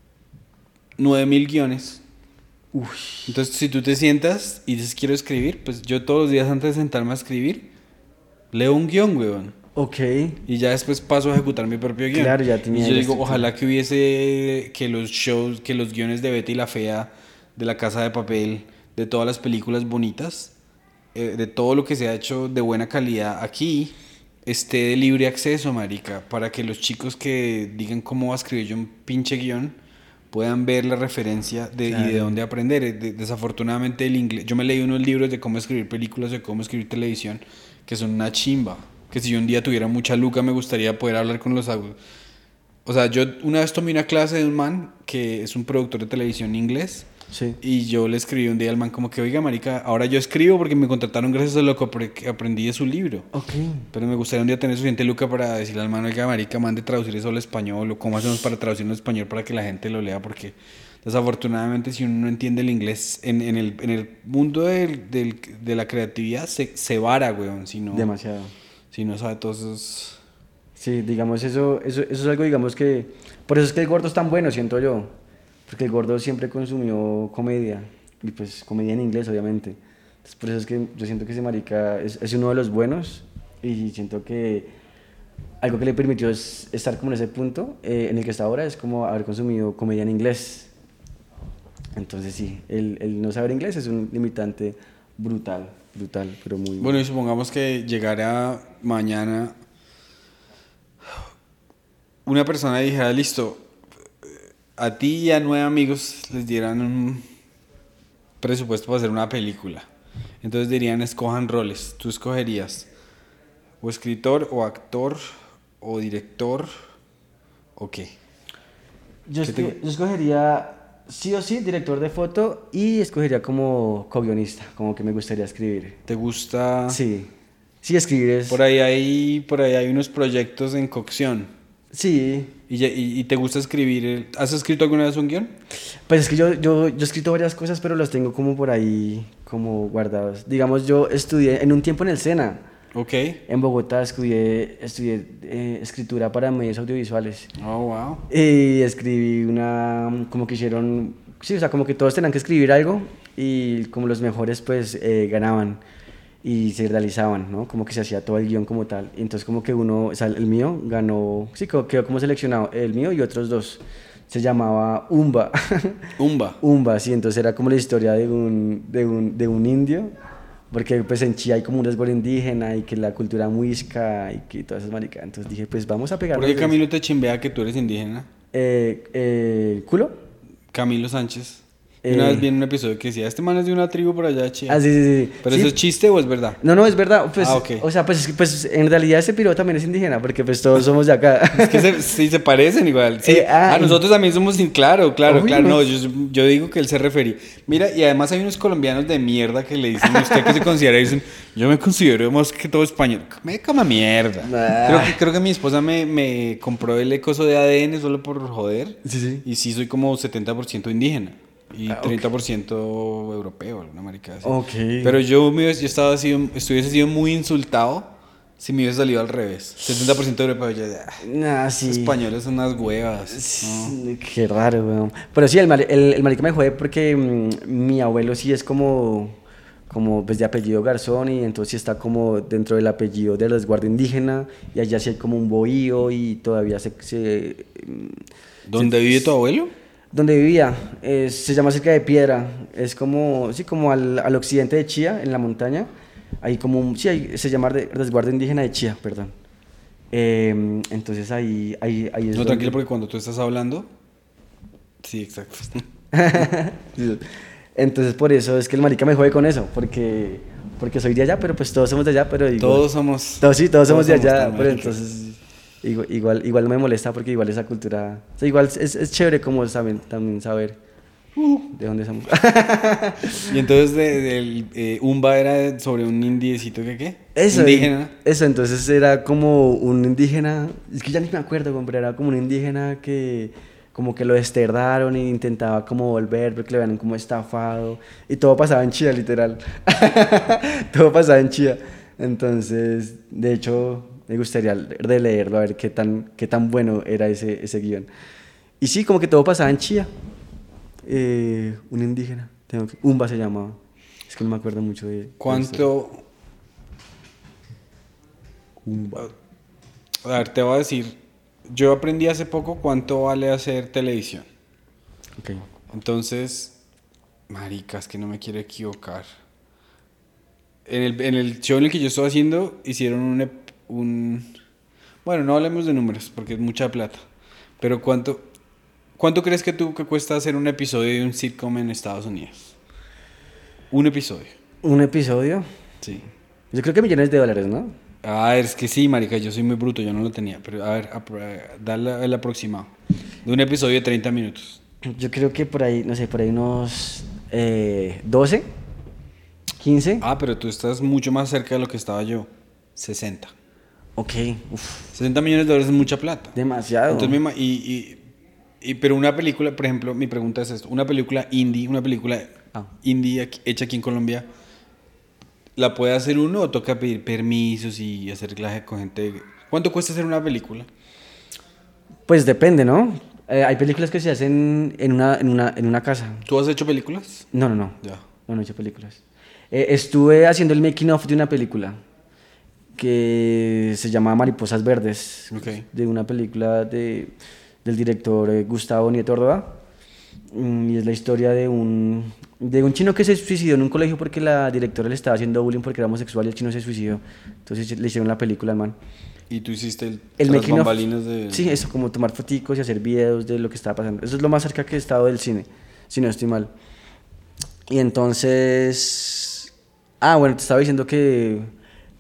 [SPEAKER 2] 9,000 guiones. Entonces, si tú te sientas y dices quiero escribir, pues yo todos los días antes de sentarme a escribir, leo un guión, weón.
[SPEAKER 3] Ok.
[SPEAKER 2] Y ya después paso a ejecutar mi propio guión.
[SPEAKER 3] Claro, ya tenía
[SPEAKER 2] Y yo
[SPEAKER 3] la
[SPEAKER 2] digo,
[SPEAKER 3] estructura.
[SPEAKER 2] ojalá que hubiese que los guiones de Betty la Fea, de La Casa de Papel, de todas las películas bonitas, de todo lo que se ha hecho de buena calidad aquí, esté de libre acceso, marica, para que los chicos que digan cómo va a escribir yo un pinche guión puedan ver la referencia y de dónde aprender. Desafortunadamente el inglés, yo me leí unos libros de cómo escribir películas, de cómo escribir televisión, que son una chimba, que si yo un día tuviera mucha luca me gustaría poder hablar con los... O sea, yo una vez tomé una clase de un man que es un productor de televisión inglés.
[SPEAKER 3] Sí.
[SPEAKER 2] Y yo le escribí un día al man como que, oiga, marica, ahora yo escribo porque me contrataron gracias a lo que aprendí de su libro.
[SPEAKER 3] Ok.
[SPEAKER 2] Pero me gustaría un día tener suficiente luca para decirle al man, oiga, marica, mande traducir eso al español, o cómo hacemos para traducirlo al español para que la gente lo lea, porque desafortunadamente si uno no entiende el inglés, en el mundo de la creatividad se vara, weón,
[SPEAKER 3] Demasiado.
[SPEAKER 2] si no sabe todos esos...
[SPEAKER 3] Sí, digamos, eso es algo, digamos que... Por eso es que el gordo es tan bueno, siento yo. Porque el gordo siempre consumió comedia. Y pues comedia en inglés, obviamente. Entonces, por eso es que yo siento que ese marica es uno de los buenos. Y siento que algo que le permitió estar como en ese punto en el que está ahora es como haber consumido comedia en inglés. Entonces sí, el no saber inglés es un limitante brutal, pero muy...
[SPEAKER 2] Bueno, y supongamos que llegara mañana una persona y dijera, listo, a ti y a 9 amigos les dieran un presupuesto para hacer una película. Entonces dirían, escojan roles. Tú escogerías o escritor, o actor, o director o qué?
[SPEAKER 3] Yo escogería sí o sí director de foto y escogería como co-guionista, como que me gustaría escribir.
[SPEAKER 2] ¿Te gusta?
[SPEAKER 3] Sí, sí, escribir es...
[SPEAKER 2] Por ahí hay unos proyectos en cocción.
[SPEAKER 3] Sí,
[SPEAKER 2] ¿Y te gusta escribir? ¿Has escrito alguna vez un guión?
[SPEAKER 3] pues es que yo he escrito varias cosas, pero los tengo como por ahí, como guardados. Digamos, yo estudié en un tiempo en el SENA.
[SPEAKER 2] Ok.
[SPEAKER 3] En Bogotá estudié escritura para medios audiovisuales.
[SPEAKER 2] Oh, wow.
[SPEAKER 3] Y escribí como que hicieron, sí, o sea, como que todos tenían que escribir algo y como los mejores pues ganaban y se realizaban, ¿no? Como que se hacía todo el guión como tal. Y entonces como que uno, o sea, el mío ganó, sí, quedó como seleccionado, el mío y otros dos. Se llamaba Umba.
[SPEAKER 2] Umba.
[SPEAKER 3] Umba, sí, entonces era como la historia de un indio, porque pues en Chía hay como un resguardo indígena y que la cultura muisca y que todas esas maricas. Entonces dije, pues vamos a pegarnos.
[SPEAKER 2] ¿Por qué Camilo te chimbea que tú eres indígena?
[SPEAKER 3] ¿Culo?
[SPEAKER 2] Camilo Sánchez. Una vez vi en un episodio que decía, este man es de una tribu por allá de Chía.
[SPEAKER 3] Ah, sí, sí, sí.
[SPEAKER 2] ¿Pero
[SPEAKER 3] sí.
[SPEAKER 2] eso es chiste o es verdad?
[SPEAKER 3] No, es verdad. Pues,
[SPEAKER 2] ok.
[SPEAKER 3] O sea, pues en realidad ese piro también es indígena, porque pues todos somos de acá.
[SPEAKER 2] Es que sí se parecen igual. Sí. Nosotros también somos, claro. No, yo digo que él se refería. Mira, y además hay unos colombianos de mierda que le dicen, usted que se considera, dicen, yo me considero más que todo español. Me cama mierda. Creo que mi esposa me compró el coso de ADN solo por joder.
[SPEAKER 3] Sí, sí.
[SPEAKER 2] Y sí soy como 70% indígena. Y 30% europeo, alguna marica así.
[SPEAKER 3] Ok.
[SPEAKER 2] Pero estuviese sido muy insultado si me hubiese salido al revés. 70% europeo,
[SPEAKER 3] Sí.
[SPEAKER 2] Españoles son unas huevas. ¿No?
[SPEAKER 3] Qué raro, weón. Pero sí, el marica me jode porque mi abuelo sí es como pues de apellido Garzón y entonces sí está como dentro del apellido del resguardo indígena y allá sí hay como un bohío y todavía
[SPEAKER 2] ¿Dónde vive tu abuelo?
[SPEAKER 3] Donde vivía, se llama cerca de Piedra, es como, sí, como al occidente de Chía, en la montaña, hay como, se llama resguardo indígena de Chía, perdón. Entonces ahí es
[SPEAKER 2] no, tranquilo, porque cuando tú estás hablando, sí, exacto.
[SPEAKER 3] Entonces por eso es que el marica me jode con eso, porque soy de allá, pero pues todos somos de allá, pero igual,
[SPEAKER 2] todos somos
[SPEAKER 3] de allá, pero entonces... Igual no me molesta porque igual esa cultura, o sea, igual es chévere como también saber de dónde somos.
[SPEAKER 2] Y entonces Umba era sobre un indiecito ¿qué?
[SPEAKER 3] Eso,
[SPEAKER 2] indígena.
[SPEAKER 3] Eso, entonces era como un indígena, es que ya ni me acuerdo, pero era como un indígena que como que lo desterraron e intentaba como volver porque le habían como estafado y todo pasaba en Chía, literal. Todo pasaba en Chía. Entonces, de hecho... Me gustaría de leerlo, a ver qué tan bueno era ese guión. Y sí, como que todo pasaba en Chía. Un indígena. Umba se llamaba. Es que no me acuerdo mucho de...
[SPEAKER 2] ¿Cuánto?
[SPEAKER 3] Umba.
[SPEAKER 2] A ver, te voy a decir. Yo aprendí hace poco cuánto vale hacer televisión.
[SPEAKER 3] Ok.
[SPEAKER 2] Entonces, maricas, que no me quiero equivocar. En el show en el que yo estoy haciendo, hicieron bueno, no hablemos de números porque es mucha plata, pero ¿cuánto crees que cuesta hacer un episodio de un sitcom en Estados Unidos? Un episodio.
[SPEAKER 3] ¿Un episodio?
[SPEAKER 2] Sí.
[SPEAKER 3] Yo creo que millones de dólares, ¿no?
[SPEAKER 2] Es que sí, marica, yo soy muy bruto, yo no lo tenía, pero a ver, dale el aproximado de un episodio de 30 minutos.
[SPEAKER 3] Yo creo que por ahí, no sé, por ahí unos 12, 15.
[SPEAKER 2] Pero tú estás mucho más cerca de lo que estaba yo. 60.
[SPEAKER 3] Ok, uf.
[SPEAKER 2] $60 millones es mucha plata.
[SPEAKER 3] Demasiado.
[SPEAKER 2] Entonces, pero una película, por ejemplo, mi pregunta es esto: una película indie hecha aquí en Colombia, ¿la puede hacer uno o toca pedir permisos y hacer clase con gente? ¿Cuánto cuesta hacer una película?
[SPEAKER 3] Pues depende, ¿no? Hay películas que se hacen en una casa.
[SPEAKER 2] ¿Tú has hecho películas?
[SPEAKER 3] No.
[SPEAKER 2] Ya.
[SPEAKER 3] No he hecho películas. Estuve haciendo el making of de una película que se llama Mariposas Verdes,
[SPEAKER 2] okay,
[SPEAKER 3] de una película del director Gustavo Nieto Ordóa, y es la historia de un chino que se suicidó en un colegio porque la directora le estaba haciendo bullying porque era homosexual y el chino se suicidó. Entonces le hicieron la película al man.
[SPEAKER 2] ¿Y tú hiciste
[SPEAKER 3] el making
[SPEAKER 2] bambalinas de...?
[SPEAKER 3] Sí, eso, como tomar foticos y hacer videos de lo que estaba pasando. Eso es lo más cerca que he estado del cine, si no estoy mal. Y entonces... bueno, te estaba diciendo que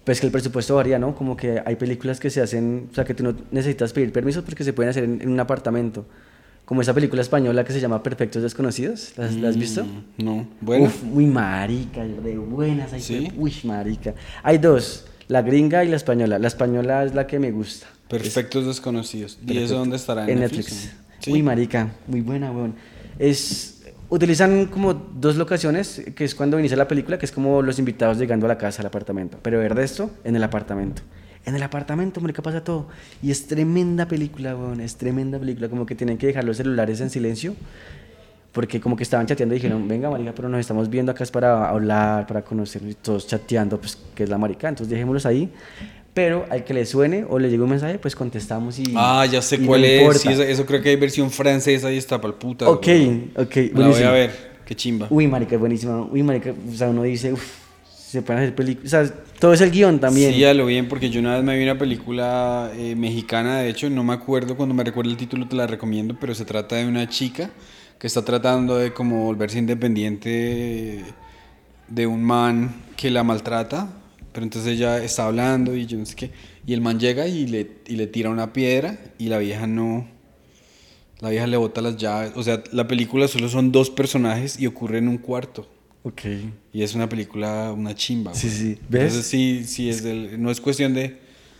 [SPEAKER 3] pues que el presupuesto varía, ¿no? Como que hay películas que se hacen, o sea, que tú no necesitas pedir permisos porque se pueden hacer en un apartamento. Como esa película española que se llama Perfectos Desconocidos, ¿la has visto?
[SPEAKER 2] No, bueno.
[SPEAKER 3] Uf, muy marica, de buenas.
[SPEAKER 2] ¿Sí?
[SPEAKER 3] Uy, marica. Hay dos, la gringa y la española. La española es la que me gusta.
[SPEAKER 2] Perfectos Desconocidos. ¿Y
[SPEAKER 3] Perfecto.
[SPEAKER 2] eso dónde estará?
[SPEAKER 3] En Netflix.
[SPEAKER 2] ¿Sí?
[SPEAKER 3] Muy marica, muy buena, weón. Utilizan como dos locaciones, que es cuando inicia la película, que es como los invitados llegando a la casa, al apartamento. Pero el resto, en el apartamento. En el apartamento, marica, pasa todo. Y es tremenda película, weón, es tremenda película. Como que tienen que dejar los celulares en silencio, porque como que estaban chateando y dijeron, venga, marica, pero nos estamos viendo acá es para hablar, para conocernos, y todos chateando, pues, que es la marica. Entonces dejémoslos ahí. Pero al que le suene o le llegue un mensaje, pues contestamos y...
[SPEAKER 2] Ya sé
[SPEAKER 3] y
[SPEAKER 2] cuál
[SPEAKER 3] no
[SPEAKER 2] es.
[SPEAKER 3] importa.
[SPEAKER 2] Sí, eso creo que hay versión francesa y está pa'l puta.
[SPEAKER 3] Ok,
[SPEAKER 2] güey.
[SPEAKER 3] ok,
[SPEAKER 2] La voy
[SPEAKER 3] buenísimo.
[SPEAKER 2] a ver. Qué chimba.
[SPEAKER 3] Uy, marica, es buenísima. Uy, marica, o sea, uno dice, uff, se pueden hacer películas. O sea, todo es el guión también.
[SPEAKER 2] Sí, a lo bien, porque yo una vez me vi una película mexicana, de hecho, no me acuerdo, cuando me recuerdo el título te la recomiendo, pero se trata de una chica que está tratando de como volverse independiente de un man que la maltrata, pero entonces ella está hablando y yo no sé qué, y el man llega y le tira una piedra y la vieja le bota las llaves, o sea, la película solo son dos personajes y ocurre en un cuarto.
[SPEAKER 3] Ok.
[SPEAKER 2] Y es una película, una chimba.
[SPEAKER 3] Sí,
[SPEAKER 2] güey.
[SPEAKER 3] sí. ¿Ves?
[SPEAKER 2] Entonces sí no es cuestión de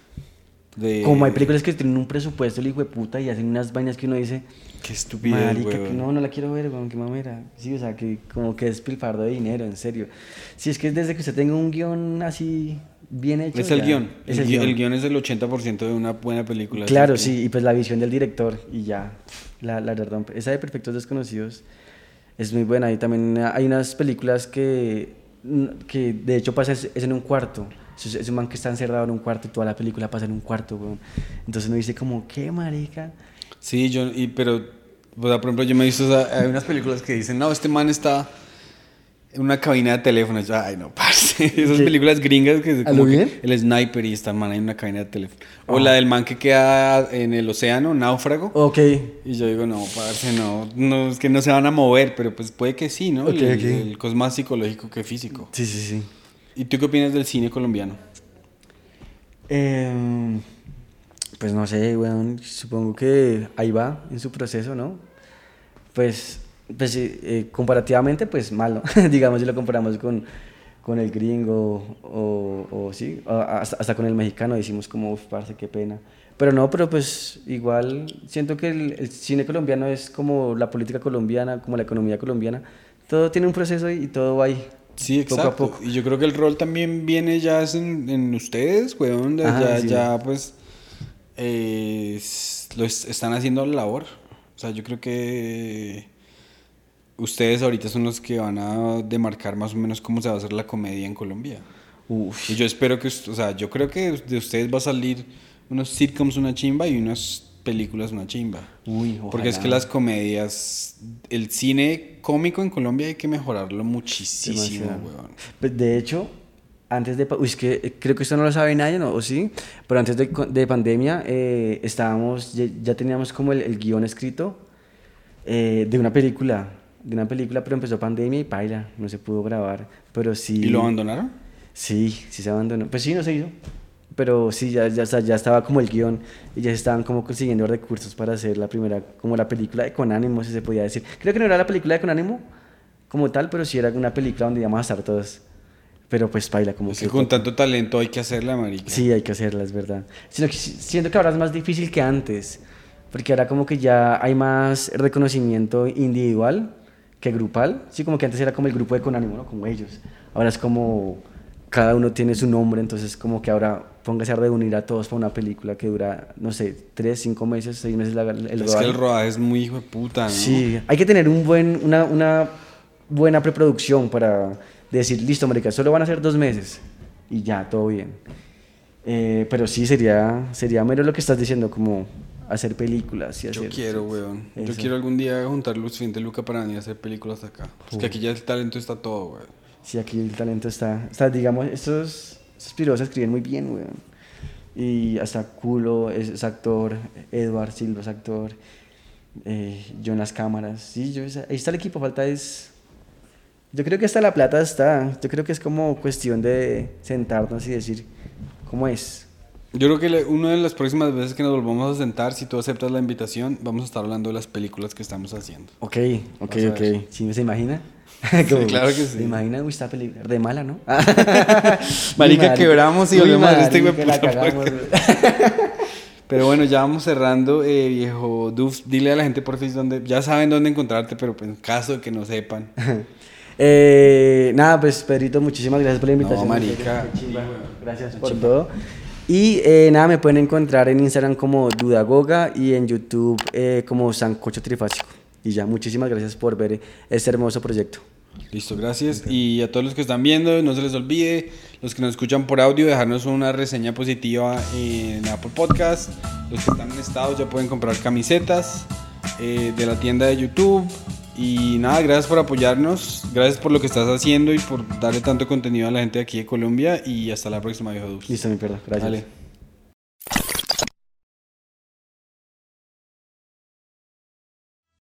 [SPEAKER 3] Como hay películas que tienen un presupuesto, el hijo de puta, y hacen unas vainas que uno dice,
[SPEAKER 2] Qué estupidez,
[SPEAKER 3] marica,
[SPEAKER 2] güey.
[SPEAKER 3] que no la quiero ver, weón, qué mamera. Sí, o sea, que como que es pilfardo de dinero, en serio. Si es que desde que usted tenga un guión así bien hecho.
[SPEAKER 2] Es el
[SPEAKER 3] ya,
[SPEAKER 2] guión.
[SPEAKER 3] Es
[SPEAKER 2] El guión es el 80% de una buena película.
[SPEAKER 3] Claro,
[SPEAKER 2] así que-
[SPEAKER 3] sí, y pues la visión del director, y ya, la rompe. Esa de Perfectos Desconocidos es muy buena. Y también hay unas películas que de hecho pasa es en un cuarto. Es un man que está encerrado en un cuarto y toda la película pasa en un cuarto, weón. Entonces uno dice como, ¿qué marica?
[SPEAKER 2] Sí, pero, o sea, por ejemplo, yo me he visto, hay unas películas que dicen, no, este man está en una cabina de teléfono. Yo, ay, no, parce. Esas
[SPEAKER 3] ¿Qué?
[SPEAKER 2] películas gringas que es
[SPEAKER 3] ¿A
[SPEAKER 2] como
[SPEAKER 3] lo
[SPEAKER 2] que
[SPEAKER 3] bien?
[SPEAKER 2] el sniper y está el man ahí en una cabina de teléfono. O la del man que queda en el océano, náufrago.
[SPEAKER 3] Ok.
[SPEAKER 2] Y yo digo, no, parce, no, es que no se van a mover, pero pues puede que sí, ¿no?
[SPEAKER 3] Ok, ok.
[SPEAKER 2] El cosa es más psicológico que físico.
[SPEAKER 3] Sí, sí, sí.
[SPEAKER 2] ¿Y tú qué opinas del cine colombiano?
[SPEAKER 3] Pues no sé, weón, supongo que ahí va en su proceso, ¿no? Pues comparativamente, pues mal, ¿no? Digamos, si lo comparamos con el gringo o sí, hasta con el mexicano, decimos como, uff, parce, qué pena. Pero no, pero pues igual siento que el cine colombiano es como la política colombiana, como la economía colombiana. Todo tiene un proceso y todo va ahí.
[SPEAKER 2] Sí,
[SPEAKER 3] Poco a
[SPEAKER 2] exacto.
[SPEAKER 3] poco.
[SPEAKER 2] Y yo creo que el rol también viene ya es en ustedes, weón.
[SPEAKER 3] Ajá, sí.
[SPEAKER 2] Ya pues están haciendo la labor. O sea, yo creo que ustedes ahorita son los que van a demarcar más o menos cómo se va a hacer la comedia en Colombia.
[SPEAKER 3] Uf.
[SPEAKER 2] Y yo espero que, o sea, yo creo que de ustedes va a salir unos sitcoms una chimba y unas películas una chimba.
[SPEAKER 3] Uy, ojalá.
[SPEAKER 2] Porque es que las comedias, el cine cómico en Colombia hay que mejorarlo muchísimo,
[SPEAKER 3] Demasiado.
[SPEAKER 2] weón.
[SPEAKER 3] Pues, de hecho, antes de... Uy, es que creo que esto no lo sabe nadie, ¿no? ¿O sí? Pero antes de pandemia ya teníamos como el guión escrito de una película, pero empezó pandemia y paila, no se pudo grabar. Pero sí...
[SPEAKER 2] ¿Y lo abandonaron?
[SPEAKER 3] Sí, sí se abandonó. Pues sí, no se hizo. Pero sí, ya estaba como el guión y ya se estaban como consiguiendo recursos para hacer la primera, como la película de Con Ánimo, si se podía decir. Creo que no era la película de Con Ánimo como tal, pero sí era una película donde íbamos a estar todos. Pero pues paila, como
[SPEAKER 2] Es que con tanto talento hay que hacerla, marica.
[SPEAKER 3] Sí, hay que hacerla, es verdad. Sino que siento que ahora es más difícil que antes, porque ahora como que ya hay más reconocimiento individual que grupal. Sí, como que antes era como el grupo de Con Ánimo, ¿no? Como ellos. Ahora es como cada uno tiene su nombre, entonces como que ahora póngase a reunir a todos para una película que dura, no sé, 3, 5 meses, 6 meses el
[SPEAKER 2] Es que el rodaje es muy hijo de puta, ¿no?
[SPEAKER 3] Sí, hay que tener una buena preproducción para decir, listo, marica, solo van a ser 2 meses y ya, todo bien. Pero sí, sería mero lo que estás diciendo, como hacer películas y
[SPEAKER 2] Yo
[SPEAKER 3] hacer...
[SPEAKER 2] quiero, weón. Yo
[SPEAKER 3] Eso.
[SPEAKER 2] quiero algún día juntar lo suficiente Luca para venir a hacer películas acá. Es que aquí ya el talento está todo, weón.
[SPEAKER 3] Sí, aquí el talento está digamos, estos piros escriben muy bien, weón. Y hasta Culo es actor, Edward Silva es actor, yo en las cámaras. Sí, ahí está el equipo, falta es Yo creo que hasta la plata está. Yo creo que es como cuestión de sentarnos y decir cómo es.
[SPEAKER 2] Yo creo que una de las próximas veces que nos volvamos a sentar, si tú aceptas la invitación, vamos a estar hablando de las películas que estamos haciendo.
[SPEAKER 3] Ok.
[SPEAKER 2] Vas a ver.
[SPEAKER 3] ¿Sí se imagina?
[SPEAKER 2] Claro que sí.
[SPEAKER 3] ¿Se imagina? Uy, esta película de mala, ¿no?
[SPEAKER 2] Marica, quebramos y volvemos a este
[SPEAKER 3] marica, la
[SPEAKER 2] hueputa
[SPEAKER 3] cagamos,
[SPEAKER 2] podcast. Pero bueno, ya vamos cerrando, viejo Duf, dile a la gente por fin dónde, ya saben dónde encontrarte, pero en caso de que no sepan.
[SPEAKER 3] Nada, pues Pedrito, muchísimas gracias por la invitación.
[SPEAKER 2] No, marica.
[SPEAKER 3] Qué chimba. Gracias por todo. Y nada, me pueden encontrar en Instagram como Dudagoga y en YouTube como Sancocho Trifásico. Y ya, muchísimas gracias por ver este hermoso proyecto.
[SPEAKER 2] Listo, gracias. Y a todos los que están viendo, no se les olvide, los que nos escuchan por audio, dejarnos una reseña positiva en Apple Podcast. Los que están en Estados ya pueden comprar camisetas de la tienda de YouTube. Y nada, gracias por apoyarnos, gracias por lo que estás haciendo y por darle tanto contenido a la gente de aquí de Colombia. Y hasta la próxima, viejo Dubs.
[SPEAKER 3] Listo, mi perro. Gracias.
[SPEAKER 2] Dale.